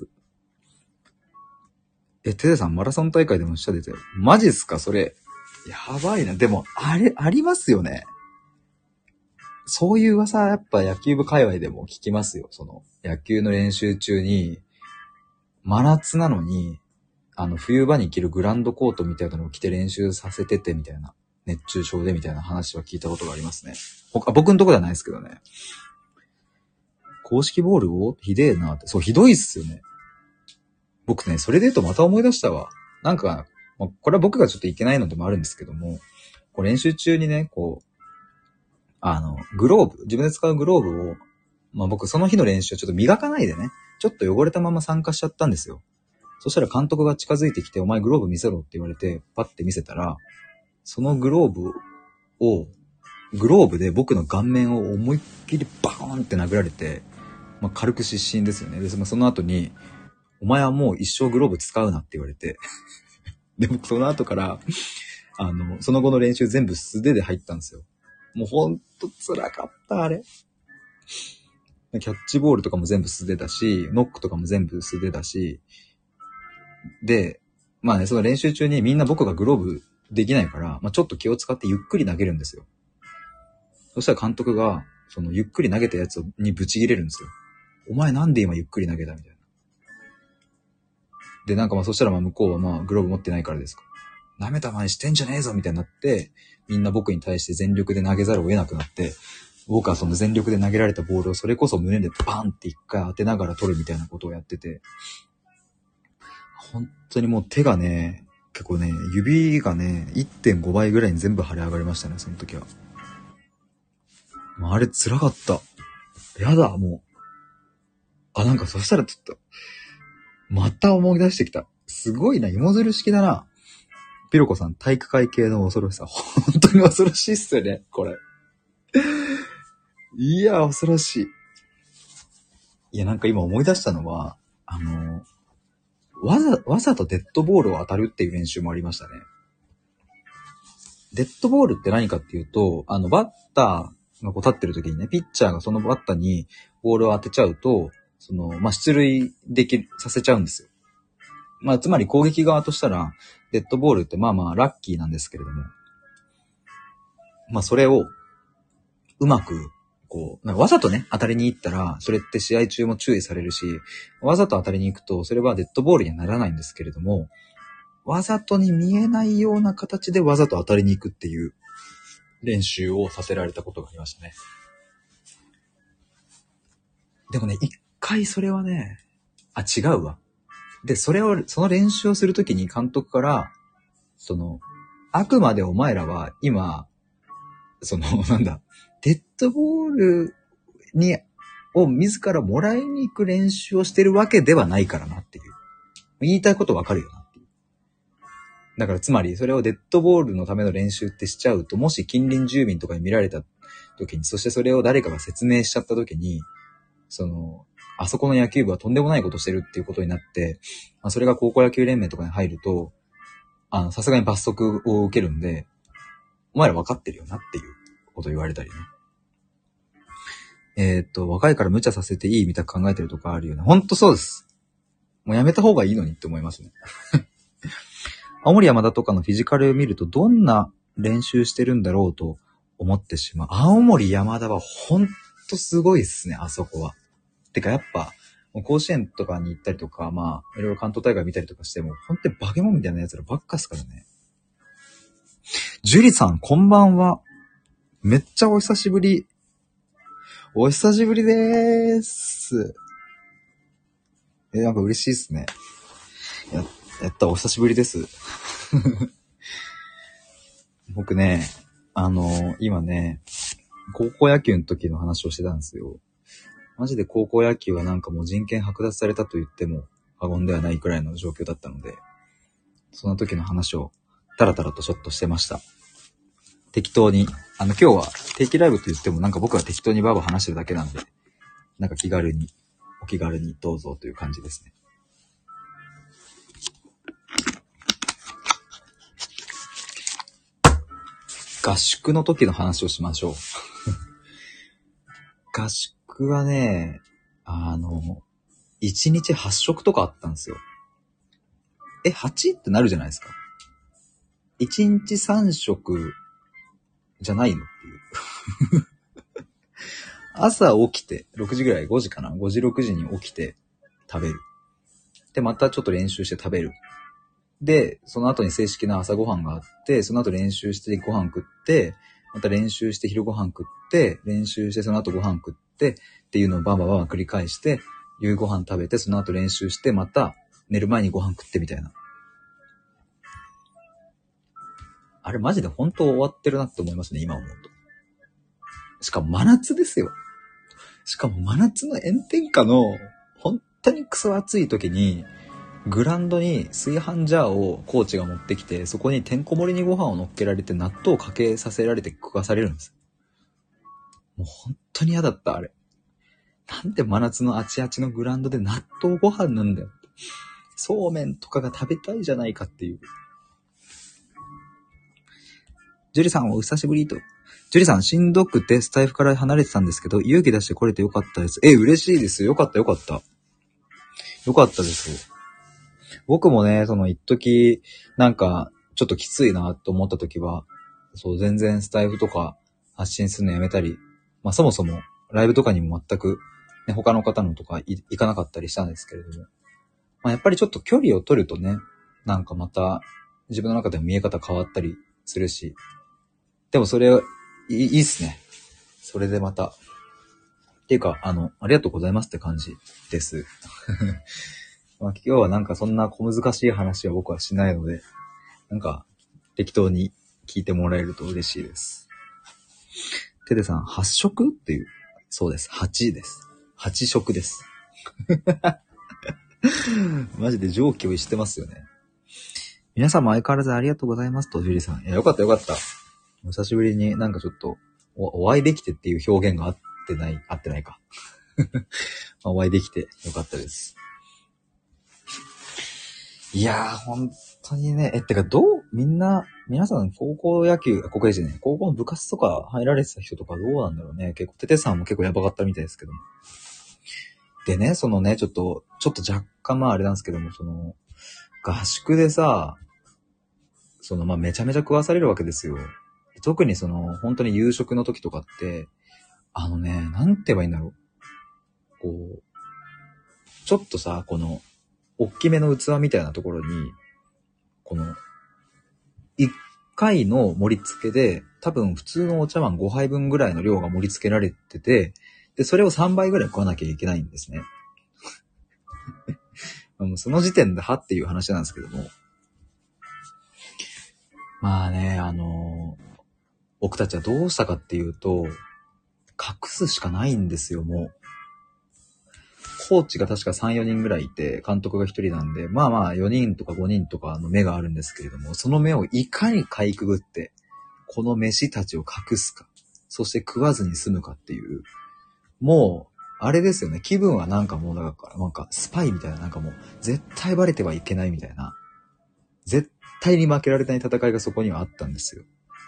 テテさんマラソン大会でも下出てる。マジっすかそれ。やばいな。でも、ありますよね。そういう噂、やっぱ野球部界隈でも聞きますよ。野球の練習中に、真夏なのに、冬場に着るグランドコートみたいなのを着て練習させててみたいな、熱中症でみたいな話は聞いたことがありますね。僕のとこではないですけどね。公式ボールをひでえなって。そう、ひどいっすよね。僕ね、それで言うとまた思い出したわ。なんか、これは僕がちょっといけないのでもあるんですけども、こう練習中にね、こう、グローブ、自分で使うグローブを、僕その日の練習をちょっと磨かないでね、ちょっと汚れたまま参加しちゃったんですよ。そしたら監督が近づいてきて、お前グローブ見せろって言われて、パッて見せたら、そのグローブで僕の顔面を思いっきりバーンって殴られて、軽く失神ですよね。で、その後に、お前はもう一生グローブ使うなって言われて、で、僕その後から、その後の練習全部素手で入ったんですよ。もうほんと辛かった、あれ。キャッチボールとかも全部素手だし、ノックとかも全部素手だし、で、その練習中にみんな僕がグローブできないから、ちょっと気を使ってゆっくり投げるんですよ。そしたら監督が、ゆっくり投げたやつにブチ切れるんですよ。お前なんで今ゆっくり投げたみたいな。で、そしたら向こうはグローブ持ってないからですか。舐めたまにしてんじゃねえぞみたいになって、みんな僕に対して全力で投げざるを得なくなって、僕はその全力で投げられたボールをそれこそ胸でバンって一回当てながら取るみたいなことをやってて、本当にもう手がね、結構ね、指がね、1.5 倍ぐらいに全部腫れ上がりましたね、その時は。あれ辛かった。やだ、もう。そしたらちょっと、また思い出してきた。すごいな、芋づる式だな。ピロコさん、体育会系の恐ろしさ。本当に恐ろしいっすよね、これ。いや、恐ろしい。いや、今思い出したのは、わざとデッドボールを当たるっていう練習もありましたね。デッドボールって何かっていうと、バッターがこう立ってる時にね、ピッチャーがそのバッターにボールを当てちゃうと、出塁させちゃうんですよ。つまり攻撃側としたら、デッドボールってラッキーなんですけれども、それを、うまく、わざとね、当たりに行ったら、それって試合中も注意されるし、わざと当たりに行くと、それはデッドボールにはならないんですけれども、わざとに見えないような形でわざと当たりに行くっていう練習をさせられたことがありましたね。でもね、一回それはね、違うわ。で、その練習をするときに監督から、あくまでお前らは今、デッドボールを自らもらいに行く練習をしてるわけではないからなっていう。言いたいことわかるよなっていう。だからつまりそれをデッドボールのための練習ってしちゃうと、もし近隣住民とかに見られた時に、そしてそれを誰かが説明しちゃった時に、 あそこの野球部はとんでもないことしてるっていうことになって、それが高校野球連盟とかに入ると、さすがに罰則を受けるんで、お前ら分かってるよなっていうことを言われたりね。若いから無茶させていいみたく考えてるとかあるよね。ほんとそうです。もうやめた方がいいのにって思いますね。青森山田とかのフィジカルを見るとどんな練習してるんだろうと思ってしまう。青森山田はほんとすごいっすね、あそこは。てかやっぱ、もう甲子園とかに行ったりとか、いろいろ関東大会見たりとかしても、ほんとに化け物みたいな奴らばっかっすからね。ジュリさん、こんばんは。めっちゃお久しぶり。お久しぶりでーす。なんか嬉しいっすね。やった、お久しぶりです。僕ね、今ね、高校野球の時の話をしてたんですよ。マジで高校野球はなんかもう人権剥奪されたと言っても過言ではないくらいの状況だったので、その時の話をタラタラとちょっとしてました。適当に、今日は定期ライブと言ってもなんか僕は適当にバーバー話してるだけなんで、なんかお気軽にどうぞという感じですね。合宿の時の話をしましょう。合宿はね、1日8食とかあったんですよ。8ってなるじゃないですか。1日3食じゃないのっていう。朝起きて、6時ぐらい、5時かな ?5 時、6時に起きて食べる。で、またちょっと練習して食べる。で、その後に正式な朝ごはんがあって、その後練習してご飯食って、また練習して昼ご飯食って、練習してその後ご飯食ってっていうのをバンバンバンバン繰り返して、夕ご飯食べて、その後練習して、また寝る前にご飯食ってみたいな。あれマジで本当終わってるなって思いますね、今思うと。しかも真夏ですよ。しかも真夏の炎天下の本当にクソ暑い時に、グラウンドに炊飯ジャーをコーチが持ってきて、そこにてんこ盛りにご飯を乗っけられて、納豆をかけさせられて食わされるんです。もう本当に嫌だった、あれ。なんで真夏のあちあちのグラウンドで納豆ご飯なんだよ。そうめんとかが食べたいじゃないかっていう。ジュリさんお久しぶりと。ジュリさんしんどくてスタイフから離れてたんですけど、勇気出して来れてよかったです。嬉しいです。よかったよかった。よかったです。僕もね、一時、なんか、ちょっときついなと思った時は、全然スタイフとか発信するのやめたり、そもそもライブとかにも全く、ね、他の方のとか行かなかったりしたんですけれども、やっぱりちょっと距離を取るとね、なんかまた自分の中でも見え方変わったりするし、でもそれ、いいっすね。それでまた。っていうか、ありがとうございますって感じです。今日はなんかそんな小難しい話は僕はしないので、なんか適当に聞いてもらえると嬉しいです。テテさん、8食っていう。そうです。8です。8食です。マジで上気を逸してますよね。皆さんも相変わらずありがとうございますと、ジュリさん。よかったよかった。お久しぶりになんかちょっとお会いできてっていう表現が合ってないか。お会いできてよかったです。いやー、本当にね、てか皆さん高校の部活とか入られてた人とかどうなんだろうね。結構、テテさんも結構やばかったみたいですけども。でね、ちょっと若干あれなんですけども、合宿でさ、めちゃめちゃ食わされるわけですよ。特に本当に夕食の時とかって、なんて言えばいいんだろう。ちょっとさ、大きめの器みたいなところに、1回の盛り付けで、多分普通のお茶碗5杯分ぐらいの量が盛り付けられてて、で、それを3倍ぐらい食わなきゃいけないんですね。もうその時点でっていう話なんですけども。僕たちはどうしたかっていうと、隠すしかないんですよ、もう。コーチが確か3、4人ぐらいいて、監督が1人なんで、4人とか5人とかの目があるんですけれども、その目をいかにかいくぐって、この飯たちを隠すか、そして食わずに済むかっていう、もあれですよね。気分はなんかもうだから、なんかスパイみたいな、なんかもう絶対バレてはいけないみたいな。絶対に負けられない戦いがそこにはあったんですよ。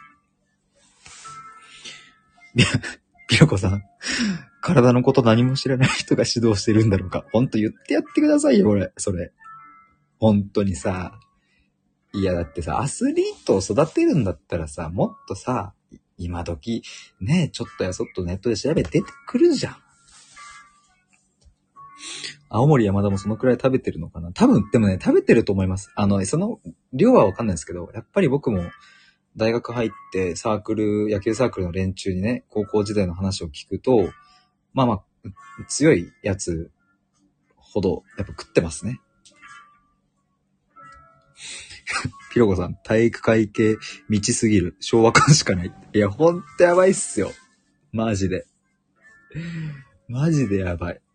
ピロコさん、体のこと何も知らない人が指導してるんだろうか。ほんと言ってやってくださいよ、それ。本当にさ。いやだってさ、アスリートを育てるんだったらさ、もっとさ、今時、ね、ちょっとやそっとネットで調べて出てくるじゃん。青森山田もそのくらい食べてるのかな。多分、でもね、食べてると思います。その量はわかんないですけど、やっぱり僕も大学入って野球サークルの連中にね、高校時代の話を聞くと、まあまあ、強いやつほど、やっぱ食ってますね。ピロコさん、体育会系道すぎる。昭和感しかない。いや、ほんとやばいっすよ。マジで。マジでやばい。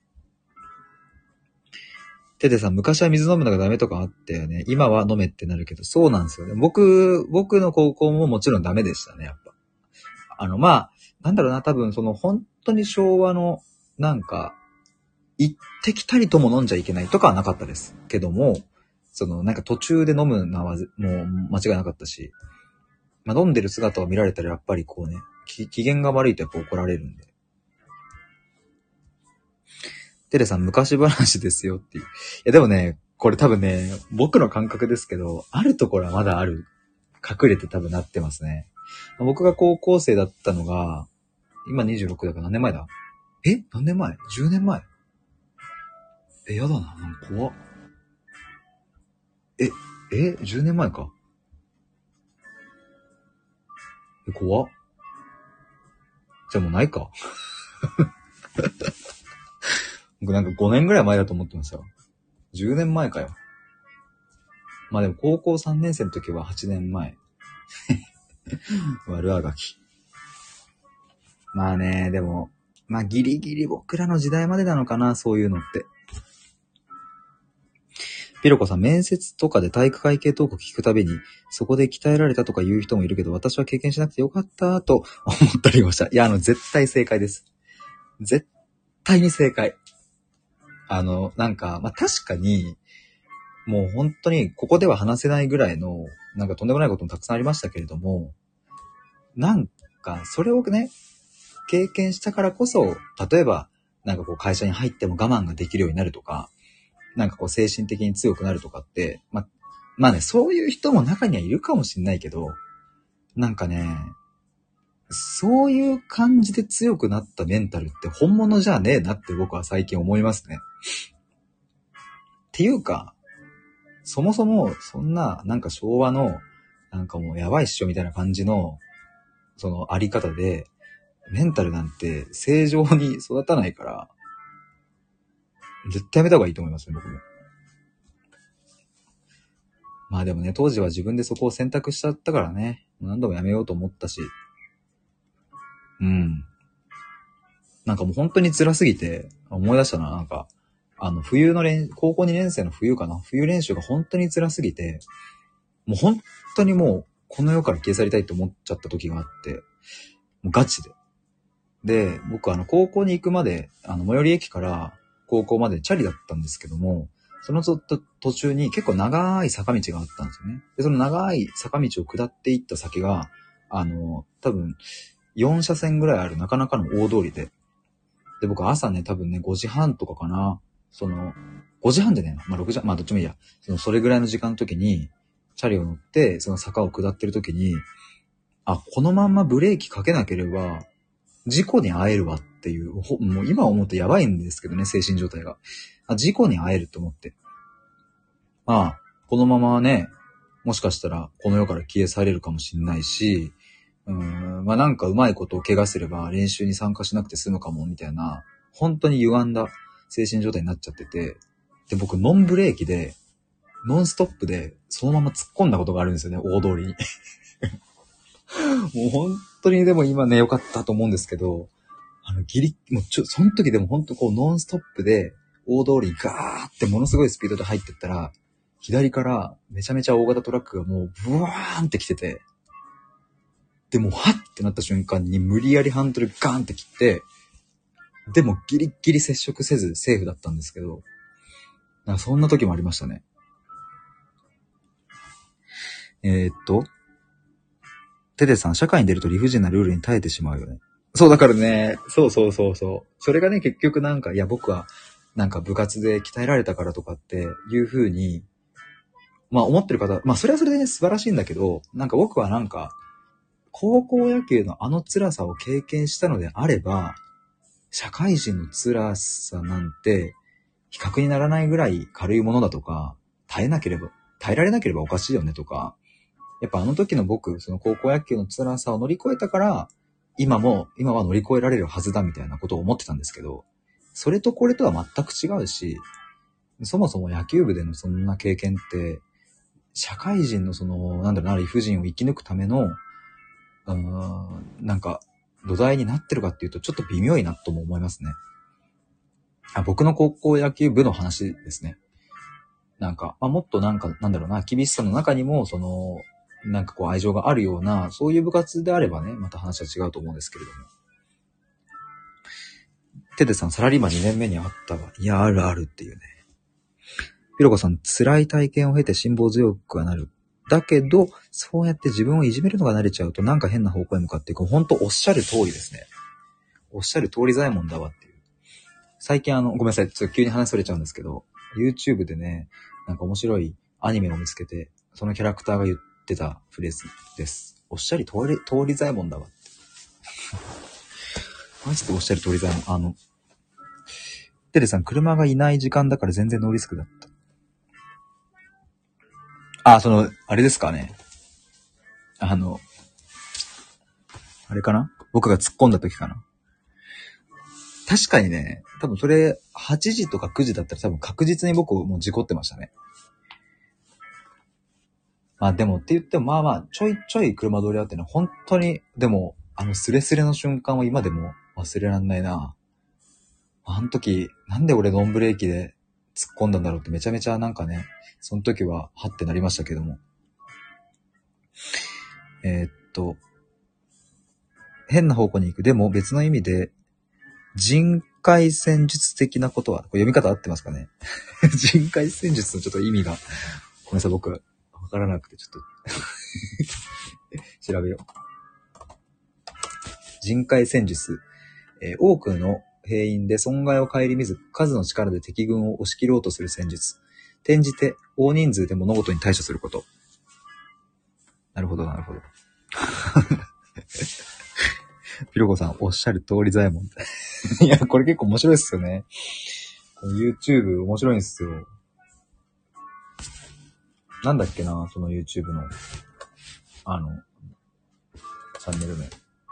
テテさん、昔は水飲むのがダメとかあったよね。今は飲めってなるけど、そうなんですよね。僕の高校ももちろんダメでしたね、やっぱ。まあ、なんだろうな、多分本当に昭和の、なんか、一滴たりとも飲んじゃいけないとかはなかったですけども、なんか途中で飲むのはもう間違いなかったし、まあ飲んでる姿を見られたらやっぱりこうね、機嫌が悪いとやっぱ怒られるんで。テレさん、昔話ですよっていう。いやでもね、これ多分ね、僕の感覚ですけど、あるところはまだある。隠れて多分なってますね。僕が高校生だったのが、今26だから何年前だ？何年前？ 10 年前？やだな、なんか怖っ。10年前か。怖っ。じゃあもうないか。僕なんか5年ぐらい前だと思ってましたよ。10年前かよ。まあでも高校3年生の時は8年前。悪あがき。まあね、でも、まあギリギリ僕らの時代までなのかな、そういうのって。ピロコさん、面接とかで体育会系トーク聞くたびに、そこで鍛えられたとか言う人もいるけど、私は経験しなくてよかったと思ったりもした。いや、絶対正解です。絶対に正解。なんか、まあ、確かに、もう本当にここでは話せないぐらいの、なんかとんでもないこともたくさんありましたけれども、なんか、それをね、経験したからこそ、例えば、なんかこう会社に入っても我慢ができるようになるとか、なんかこう精神的に強くなるとかって、まあね、そういう人も中にはいるかもしれないけど、なんかね、そういう感じで強くなったメンタルって本物じゃねえなって僕は最近思いますね。っていうか、そもそもそんななんか昭和のなんかもうやばいっしょみたいな感じのそのあり方で、メンタルなんて正常に育たないから、絶対やめた方がいいと思いますね、僕も。まあでもね、当時は自分でそこを選択しちゃったからね、何度もやめようと思ったし、なんかもう本当に辛すぎて、思い出したな、なんか、高校2年生の冬かな、冬練習が本当に辛すぎて、もう本当にもう、この世から消え去りたいと思っちゃった時があって、もうガチで。で、僕高校に行くまで、最寄り駅から高校までチャリだったんですけども、その途中に結構長い坂道があったんですよね。で、その長い坂道を下っていった先が、多分、4車線ぐらいあるなかなかの大通りで。で、僕朝ね、多分ね、5時半とかかな。5時半でね、まあ6時半、まあどっちもいいや。それぐらいの時間の時に、チャリを乗って、その坂を下ってる時に、このまんまブレーキかけなければ、事故に遭えるわっていう、もう今思うとやばいんですけどね、精神状態が。事故に遭えると思って。まあ、このままね、もしかしたらこの世から消え去れるかもしれないし、まあなんかうまいことを怪我すれば練習に参加しなくて済むかもみたいな、本当に歪んだ精神状態になっちゃってて、で、僕ノンブレーキで、ノンストップでそのまま突っ込んだことがあるんですよね、大通りに。もう本当にでも今ね、良かったと思うんですけど、もうその時でも本当こうノンストップで大通りにガーってものすごいスピードで入ってったら、左からめちゃめちゃ大型トラックがもうブワーンって来てて、でもうはってなった瞬間に無理やりハンドルガーンって切って、 でもギリギリ接触せずセーフだったんですけど、なんかそんな時もありましたね。テテさん、社会に出ると理不尽なルールに耐えてしまうよね。そうだからね、そう。それがね、結局なんか、いや僕はなんか部活で鍛えられたからとかっていう風に、まあ思ってる方、まあそれはそれでね素晴らしいんだけど、なんか僕はなんか、高校野球のあの辛さを経験したのであれば、社会人の辛さなんて比較にならないぐらい軽いものだとか、耐えられなければおかしいよねとか、やっぱあの時の僕、その高校野球の辛さを乗り越えたから、今は乗り越えられるはずだみたいなことを思ってたんですけど、それとこれとは全く違うし、そもそも野球部でのそんな経験って、社会人のその、なんだろうな、理不尽を生き抜くための、なんか、土台になってるかっていうと、ちょっと微妙いなとも思いますね。僕の高校野球部の話ですね。なんか、もっとなんか、なんだろうな、厳しさの中にも、その、なんかこう愛情があるような、そういう部活であればね、また話は違うと思うんですけれども。テテさん、サラリーマン2年目にあったわ。いや、あるあるっていうね。ピロコさん、辛い体験を経て辛抱強くはなる。だけど、そうやって自分をいじめるのが慣れちゃうと、なんか変な方向へ向かっていく。ほんとおっしゃる通りですね。おっしゃる通り左衛門だわっていう。最近ごめんなさい、ちょっと急に話それちゃうんですけど、YouTube でね、なんか面白いアニメを見つけて、そのキャラクターが言ってたフレーズです。おっしゃる通り左衛門だわって。マジでおっしゃる通り左衛門。テレさん、車がいない時間だから全然ノーリスクだった。あれですかね。あれかな、僕が突っ込んだ時かな。確かにね、多分それ、8時とか9時だったら多分確実に僕もう事故ってましたね。でもって言ってもちょいちょい車通りあってね、本当に、でも、スレスレの瞬間を今でも忘れらんないな。あの時、なんで俺ノンブレーキで突っ込んだんだろうってめちゃめちゃなんかね、その時は、はってなりましたけども。変な方向に行く。でも別の意味で、人海戦術的なことは、これ読み方合ってますかね。人海戦術のちょっと意味が、ごめんなさい、僕、わからなくてちょっと調べよう。人海戦術。多くの兵員で損害を顧みず、数の力で敵軍を押し切ろうとする戦術。転じて、大人数で物事に対処すること。なるほど。ピロコさん、おっしゃる通り左衛門。いや、これ結構面白いっすよね。YouTube 面白いんですよ。なんだっけな、その YouTube の、チャンネル名。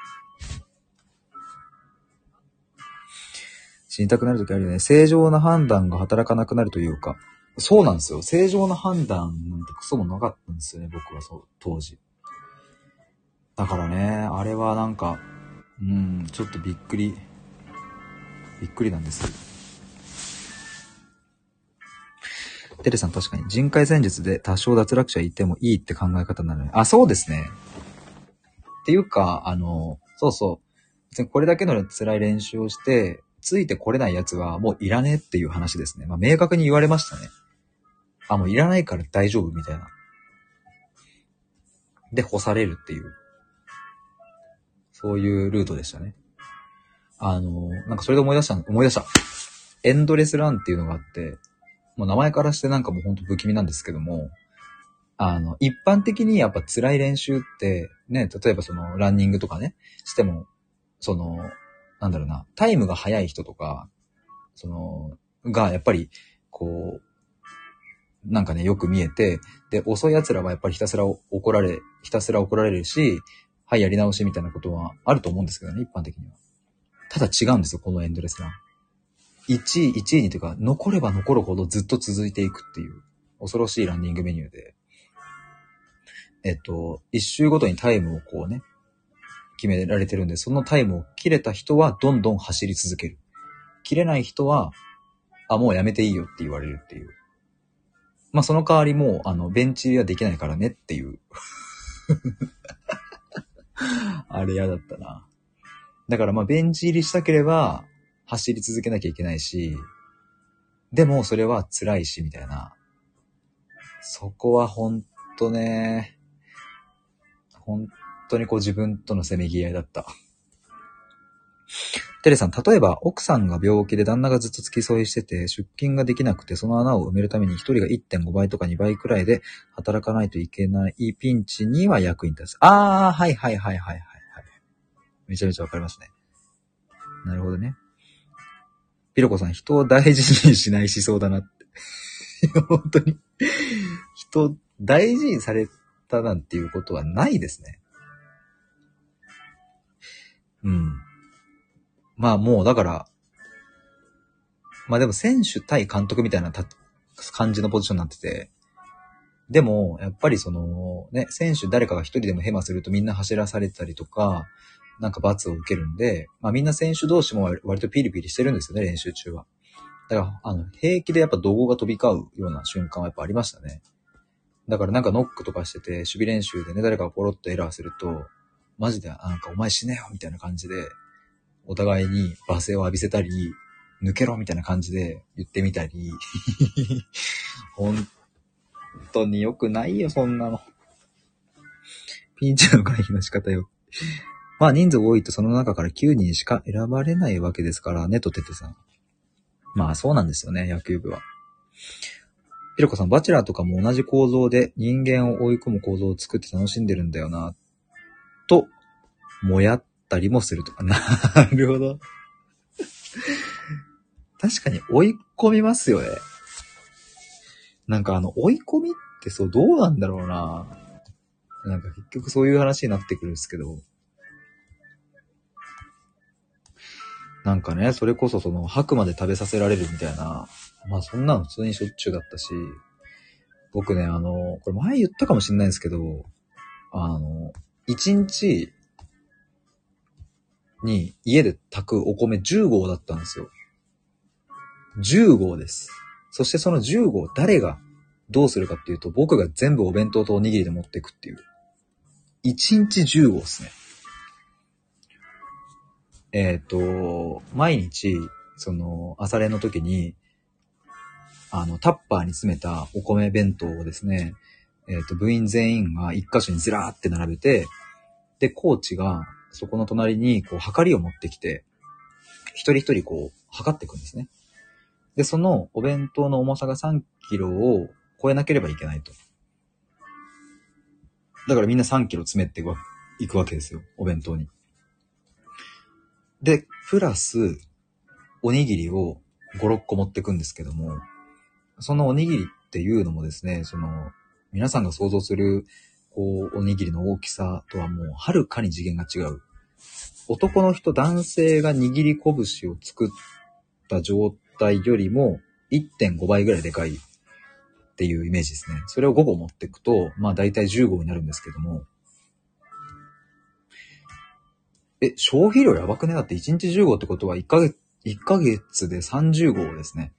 死にたくなるときあるよね。正常な判断が働かなくなるというか。そうなんですよ。正常な判断なんてクソもなかったんですよね、僕は当時。だからね、あれはなんか、ちょっとびっくりなんです。テレさん確かに人海戦術で多少脱落者いてもいいって考え方なのに。そうですね。っていうか、そう。別にこれだけの辛い練習をして、ついてこれない奴はもういらねえっていう話ですね。明確に言われましたね。もういらないから大丈夫みたいな。で、干されるっていう。そういうルートでしたね。なんかそれで思い出した。エンドレスランっていうのがあって、もう名前からしてなんかもうほんと不気味なんですけども、一般的にやっぱ辛い練習って、ね、例えばそのランニングとかね、しても、なんだろうな、タイムが速い人とか、がやっぱり、こう、なんかね、よく見えて、で、遅い奴らはやっぱりひたすら怒られるし、はい、やり直しみたいなことはあると思うんですけどね、一般的には。ただ違うんですよ、このエンドレスラン。1位にというか、残れば残るほどずっと続いていくっていう、恐ろしいランニングメニューで、一周ごとにタイムをこうね、決められてるんで、そのタイムを切れた人はどんどん走り続ける。切れない人は、もうやめていいよって言われるっていう。その代わりもう、ベンチはできないからねっていう。あれ嫌だったな。だからベンチ入りしたければ、 走り続けなきゃいけないし、でもそれは辛いし、みたいな。そこはほんとね、本当にこう自分とのせめぎ合いだった。テレさん、例えば奥さんが病気で旦那がずっと付き添いしてて出勤ができなくてその穴を埋めるために一人が 1.5 倍とか2倍くらいで働かないといけないピンチには役に立つ。あー、はいはいはいはいはい。めちゃめちゃわかりますね。なるほどね。ピロコさん、人を大事にしない思想だなって。本当に。人大事にされたなんていうことはないですね。うん。まあもうだから、まあでも選手対監督みたいな感じのポジションになってて、でもやっぱりそのね、選手誰かが一人でもヘマするとみんな走らされたりとか、なんか罰を受けるんで、まあみんな選手同士も割とピリピリしてるんですよね、練習中は。だから平気でやっぱ怒号が飛び交うような瞬間はやっぱありましたね。だからなんかノックとかしてて、守備練習でね、誰かがポロッとエラーすると、マジでなんかお前死ねよみたいな感じで、お互いに罵声を浴びせたり、抜けろみたいな感じで言ってみたり、本当に良くないよ、そんなの。ピンチの回避の仕方よ。まあ人数多いとその中から9人しか選ばれないわけですからね、とててさん。まあそうなんですよね、野球部は。ひろこさん、バチェラーとかも同じ構造で人間を追い込む構造を作って楽しんでるんだよな、と、もやったりもするとか。なるほど。確かに追い込みますよね。なんか追い込みってそうどうなんだろうな。なんか結局そういう話になってくるんですけど。なんかね、それこそ吐くまで食べさせられるみたいな。まあそんなの普通にしょっちゅうだったし。僕ね、これ前言ったかもしれないんですけど、1日に家で炊くお米10合だったんですよ。10合です。そしてその10合誰がどうするかっていうと、僕が全部お弁当とおにぎりで持っていくっていう。1日10合ですね。毎日、朝練の時に、タッパーに詰めたお米弁当をですね、部員全員が一箇所にずらーって並べて、で、コーチがそこの隣に、測りを持ってきて、一人一人測っていくんですね。で、そのお弁当の重さが3キロを超えなければいけないと。だからみんな3キロ詰めていくわけですよ、お弁当に。で、プラス、おにぎりを5、6個持ってくんですけども、そのおにぎりっていうのもですね、皆さんが想像する、おにぎりの大きさとはもう、はるかに次元が違う。男の人、男性が握り拳を作った状態よりも、1.5 倍ぐらいでかいっていうイメージですね。それを5個持っていくと、まあ大体10号になるんですけども、消費量やばくね？だって1日10号ってことは1ヶ月で30号ですね。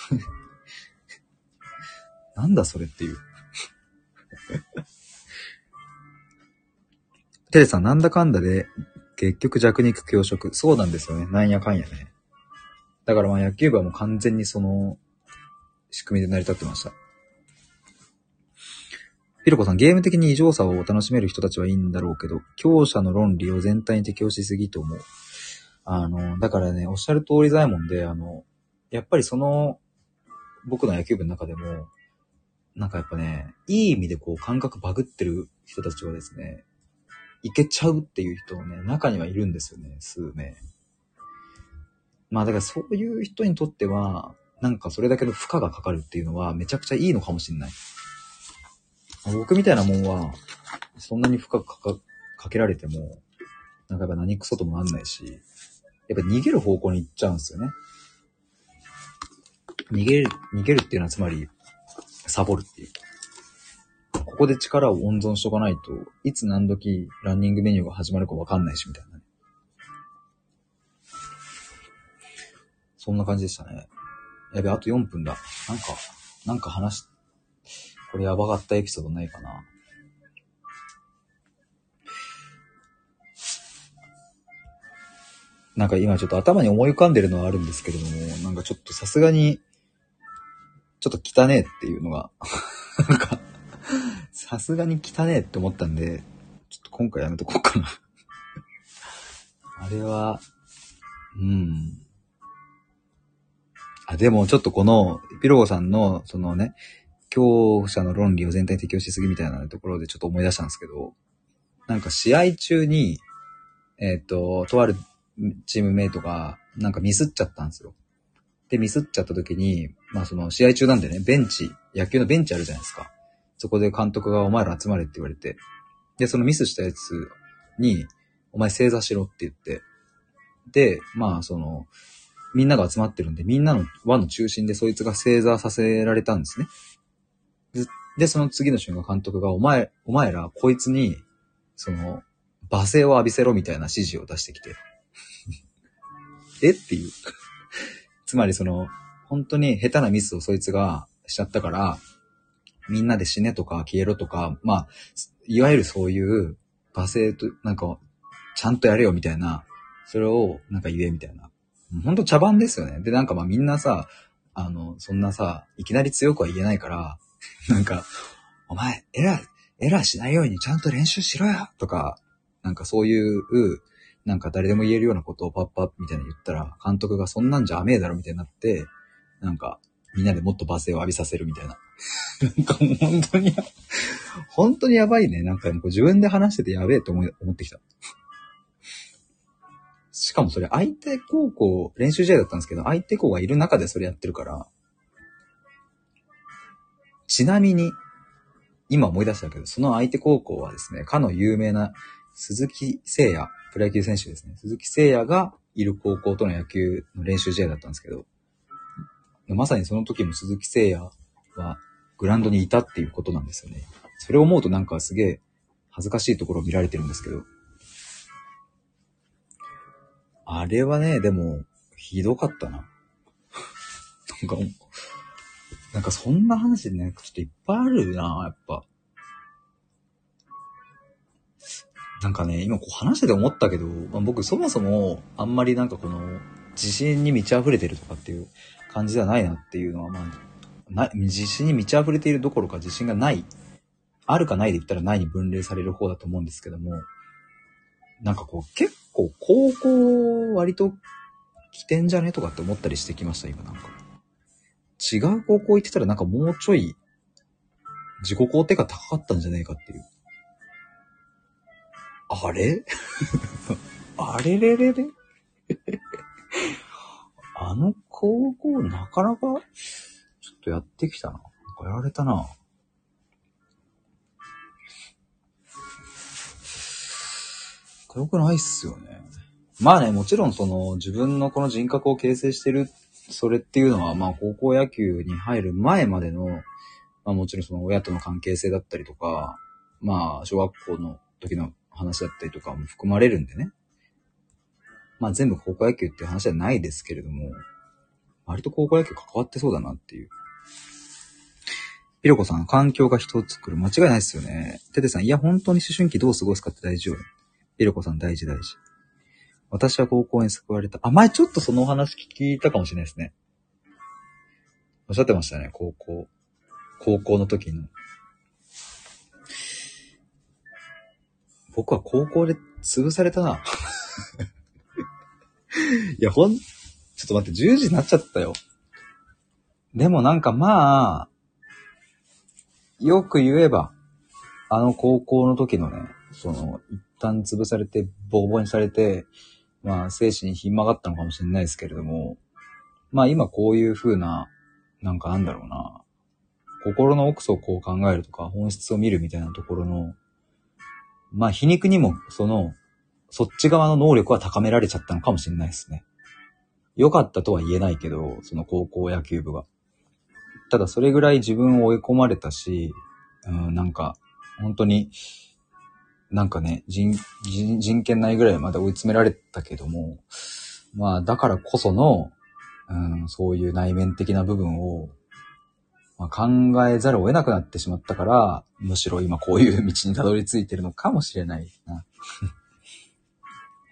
なんだそれっていう。テレさん、なんだかんだで結局弱肉強食。そうなんですよね。なんやかんやね。だからまあ野球部はもう完全にその仕組みで成り立ってました。ピロコさん、ゲーム的に異常さを楽しめる人たちはいいんだろうけど、強者の論理を全体に適用しすぎと思う。だからね、おっしゃる通り左衛門で、やっぱり僕の野球部の中でも、なんかやっぱね、いい意味で感覚バグってる人たちはですね、いけちゃうっていう人もね、中にはいるんですよね、数名。まあだからそういう人にとっては、なんかそれだけの負荷がかかるっていうのはめちゃくちゃいいのかもしれない。僕みたいなもんは、そんなに負荷かけられても、なんかやっぱ何クソともなんないし、やっぱ逃げる方向に行っちゃうんですよね。逃げるっていうのはつまり、サボるっていう。ここで力を温存しとかないといつ何時ランニングメニューが始まるか分かんないしみたいなね。そんな感じでしたね。やべ、あと4分だ。なんかこれやばかったエピソードないかな。 なんか今ちょっと頭に思い浮かんでるのはあるんですけれども、なんかちょっとさすがに、ちょっと汚ねえっていうのが、なんか、さすがに汚ねえって思ったんで、ちょっと今回やめとこうかな。あれは、でもちょっとこの、ピロゴさんの、そのね、強者の論理を全体に適用しすぎみたいなところでちょっと思い出したんですけど、なんか試合中に、とあるチームメイトが、なんかミスっちゃったんですよ。で、ミスっちゃった時に、まあその試合中なんでね、野球のベンチあるじゃないですか。そこで監督がお前ら集まれって言われて、で、そのミスしたやつに、お前正座しろって言って、で、まあその、みんなが集まってるんで、みんなの輪の中心でそいつが正座させられたんですね。で、その次の瞬間監督が、お前らこいつに、その、罵声を浴びせろみたいな指示を出してきて。っていう。つまりその、本当に下手なミスをそいつがしちゃったから、みんなで死ねとか消えろとか、まあ、いわゆるそういう罵声と、なんか、ちゃんとやれよみたいな、それをなんか言えみたいな。本当茶番ですよね。で、なんかまあみんなさ、そんなさ、いきなり強くは言えないから、なんか、お前、エラーしないようにちゃんと練習しろよとか、なんかそういう、なんか誰でも言えるようなことをパッパッみたいに言ったら、監督がそんなんじゃ甘えだろみたいになって、なんか、みんなでもっと罵声を浴びさせるみたいな。なんかもう本当にやばいね。なんかもう自分で話しててやべえと思ってきた。しかもそれ相手高校、練習試合だったんですけど、相手校がいる中でそれやってるから、ちなみに、今思い出したけど、その相手高校はですね、かの有名な鈴木誠也、プロ野球選手ですね。鈴木誠也がいる高校との野球の練習試合だったんですけど、まさにその時も鈴木誠也はグラウンドにいたっていうことなんですよね。それを思うとなんかすげえ恥ずかしいところを見られてるんですけど、あれはね、でも、ひどかったな。なんかそんな話ね、ちょっといっぱいあるな、やっぱ。なんかね、今こう話してて思ったけど、僕そもそもあんまりなんかこの自信に満ち溢れてるとかっていう感じではないなっていうのは、自信に満ち溢れているどころか自信がない。あるかないで言ったらないに分類される方だと思うんですけども、なんかこう結構高校割と来てんじゃねとかって思ったりしてきました、今なんか。違う高校行ってたらなんかもうちょい自己肯定感高かったんじゃねえかっていう。あれあれれれれあの高校なかなかちょっとやってきたな。なんかやられたな。良くないっすよね。まあね、もちろんその自分のこの人格を形成してる、それっていうのはまあ高校野球に入る前までの、まあもちろんその親との関係性だったりとか、まあ小学校の時の話だったりとかも含まれるんでね。まあ全部高校野球っていう話じゃないですけれども、割と高校野球関わってそうだなっていう。ひろこさん、環境が人を作る。間違いないですよね。ててさん、いや本当に思春期どう過ごすかって大事よね。ひろこさん、大事。私は高校に救われた。前ちょっとそのお話聞いたかもしれないですね。おっしゃってましたね、高校の時の。僕は高校で潰されたな。いや、ちょっと待って、10時になっちゃったよ。でもなんかまあ、よく言えば、高校の時のね、一旦潰されて、ボコボコにされて、まあ、精神にひん曲がったのかもしれないですけれども、まあ今こういう風な、なんかなんだろうな、心の奥底をこう考えるとか、本質を見るみたいなところの、まあ皮肉にも、そっち側の能力は高められちゃったのかもしれないですね。良かったとは言えないけど、その高校野球部が。ただそれぐらい自分を追い込まれたし、なんか、本当に、なんかね、人権ないぐらいまで追い詰められたけども、まあだからこその、そういう内面的な部分を、考えざるを得なくなってしまったから、むしろ今こういう道にたどり着いてるのかもしれないな。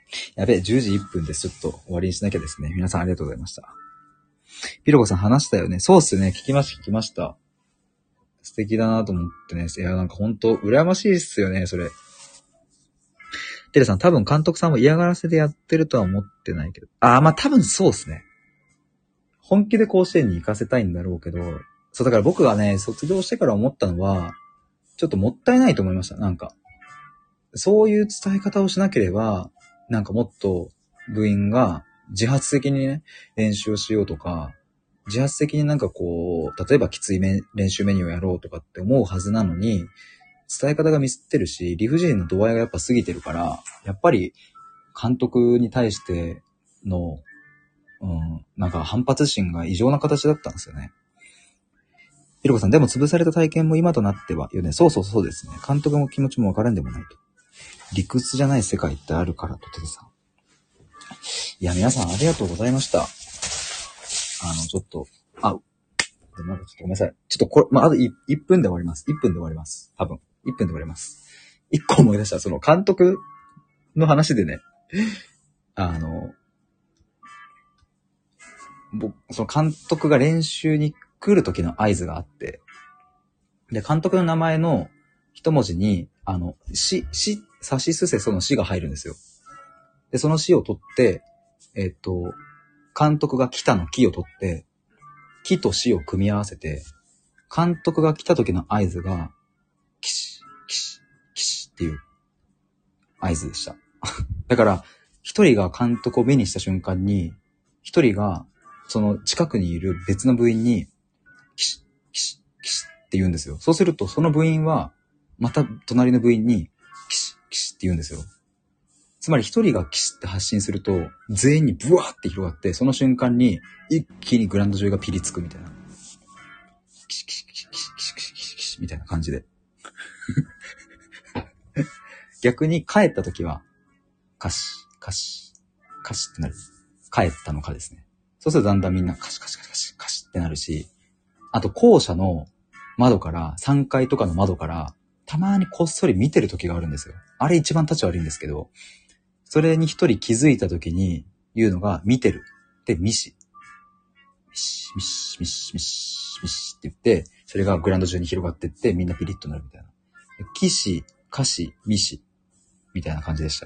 やべえ、10時1分です。ちょっと終わりにしなきゃですね。皆さんありがとうございました。ピロコさん話したよね。そうっすね。聞きました。素敵だなと思ってね。いや、なんかほんと、羨ましいっすよね、それ。テレさん、多分監督さんも嫌がらせでやってるとは思ってないけど。まあ多分そうっすね。本気で甲子園に行かせたいんだろうけど、そう、だから僕がね、卒業してから思ったのは、ちょっともったいないと思いました。なんか、そういう伝え方をしなければ、なんかもっと部員が自発的にね、練習をしようとか、自発的になんかこう、例えばきつい練習メニューをやろうとかって思うはずなのに、伝え方がミスってるし、理不尽の度合いがやっぱ過ぎてるから、やっぱり監督に対しての、なんか反発心が異常な形だったんですよね。ひろこさん、でも潰された体験も今となっては、よね、そうですね。監督の気持ちもわからんでもないと。理屈じゃない世界ってあるからと、テレさん。いや、皆さんありがとうございました。ちょっと、なんかちょっとごめんなさい。ちょっとこれ、あと1分で終わります。1分で終わります。多分。1分で終わります。1個思い出した。その監督の話でね、その監督が練習に来る時の合図があって、で、監督の名前の一文字に、さしすせその死が入るんですよ。で、その死を取って、監督が来たの木を取って、木と死を組み合わせて、監督が来た時の合図が、キシ、キシ、キシっていう合図でした。だから、一人が監督を目にした瞬間に、一人が、その近くにいる別の部員に、キシ、キシ、キシって言うんですよ。そうすると、その部員は、また隣の部員に、キシ、キシって言うんですよ。つまり一人がキシって発信すると、全員にブワーって広がって、その瞬間に、一気にグラウンド中がピリつくみたいな。キシキシキシキシキシキシキシキシみたいな感じで。逆に帰った時は、カシ、カシ、カシってなる。帰ったのかですね。そうするとだんだんみんなカシカシカシカシカシってなるし、あと校舎の窓から、3階とかの窓から、たまにこっそり見てる時があるんですよ。あれ一番立ち悪いんですけど、それに一人気づいた時に言うのが、見てる。で、ミシ。ミシ、ミシ、ミシ、ミシ、ミシって言って、それがグラウンド中に広がってって、みんなピリッとなるみたいな。キシ、カシ、ミシ、みたいな感じでした。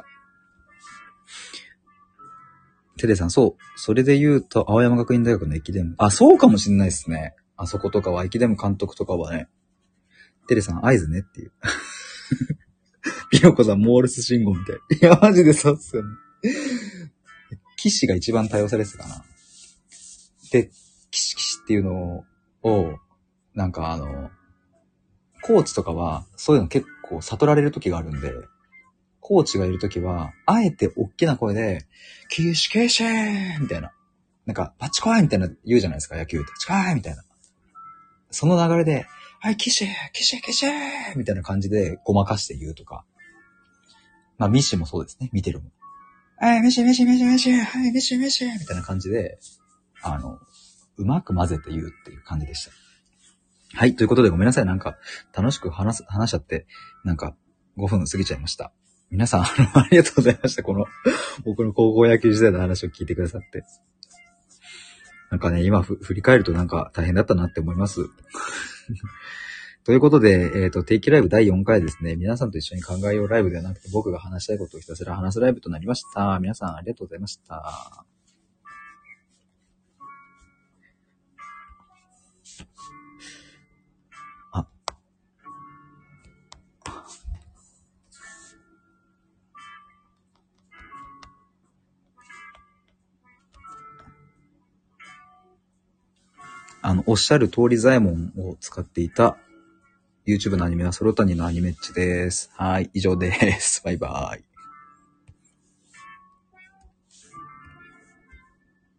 テレさん、そう。それで言うと、青山学院大学の駅伝。そうかもしんないですね。あそことかは、駅伝監督とかはね。テレさん、合図ねっていう。ピヨコさん、モールス信号みたい。いや、マジでそうっすよね。騎士が一番対応されてたかな。で、騎士っていうのを、なんかコーチとかは、そういうの結構悟られる時があるんで、コーチがいる時は、あえて大きな声で、騎士騎士みたいな。なんか、パチコイみたいな言うじゃないですか、野球って。パチコイみたいな。その流れで、はい、騎士騎士騎士みたいな感じでごまかして言うとか。まあ、ミシもそうですね、見てるもん。はい、ミシミシミシミシ、はい、ミシミシみたいな感じで、うまく混ぜて言うっていう感じでした。はい、ということでごめんなさい。なんか、楽しく話しちゃって、なんか、5分過ぎちゃいました。皆さん、ありがとうございました。この、僕の高校野球時代の話を聞いてくださって。なんかね、今振り返るとなんか大変だったなって思います。ということで、定期ライブ第4回ですね。皆さんと一緒に考えようライブではなくて、僕が話したいことをひたすら話すライブとなりました。皆さんありがとうございました。おっしゃる通り左衛門を使っていた YouTube のアニメはソロタニのアニメッチです。はい、以上です。バイバイ。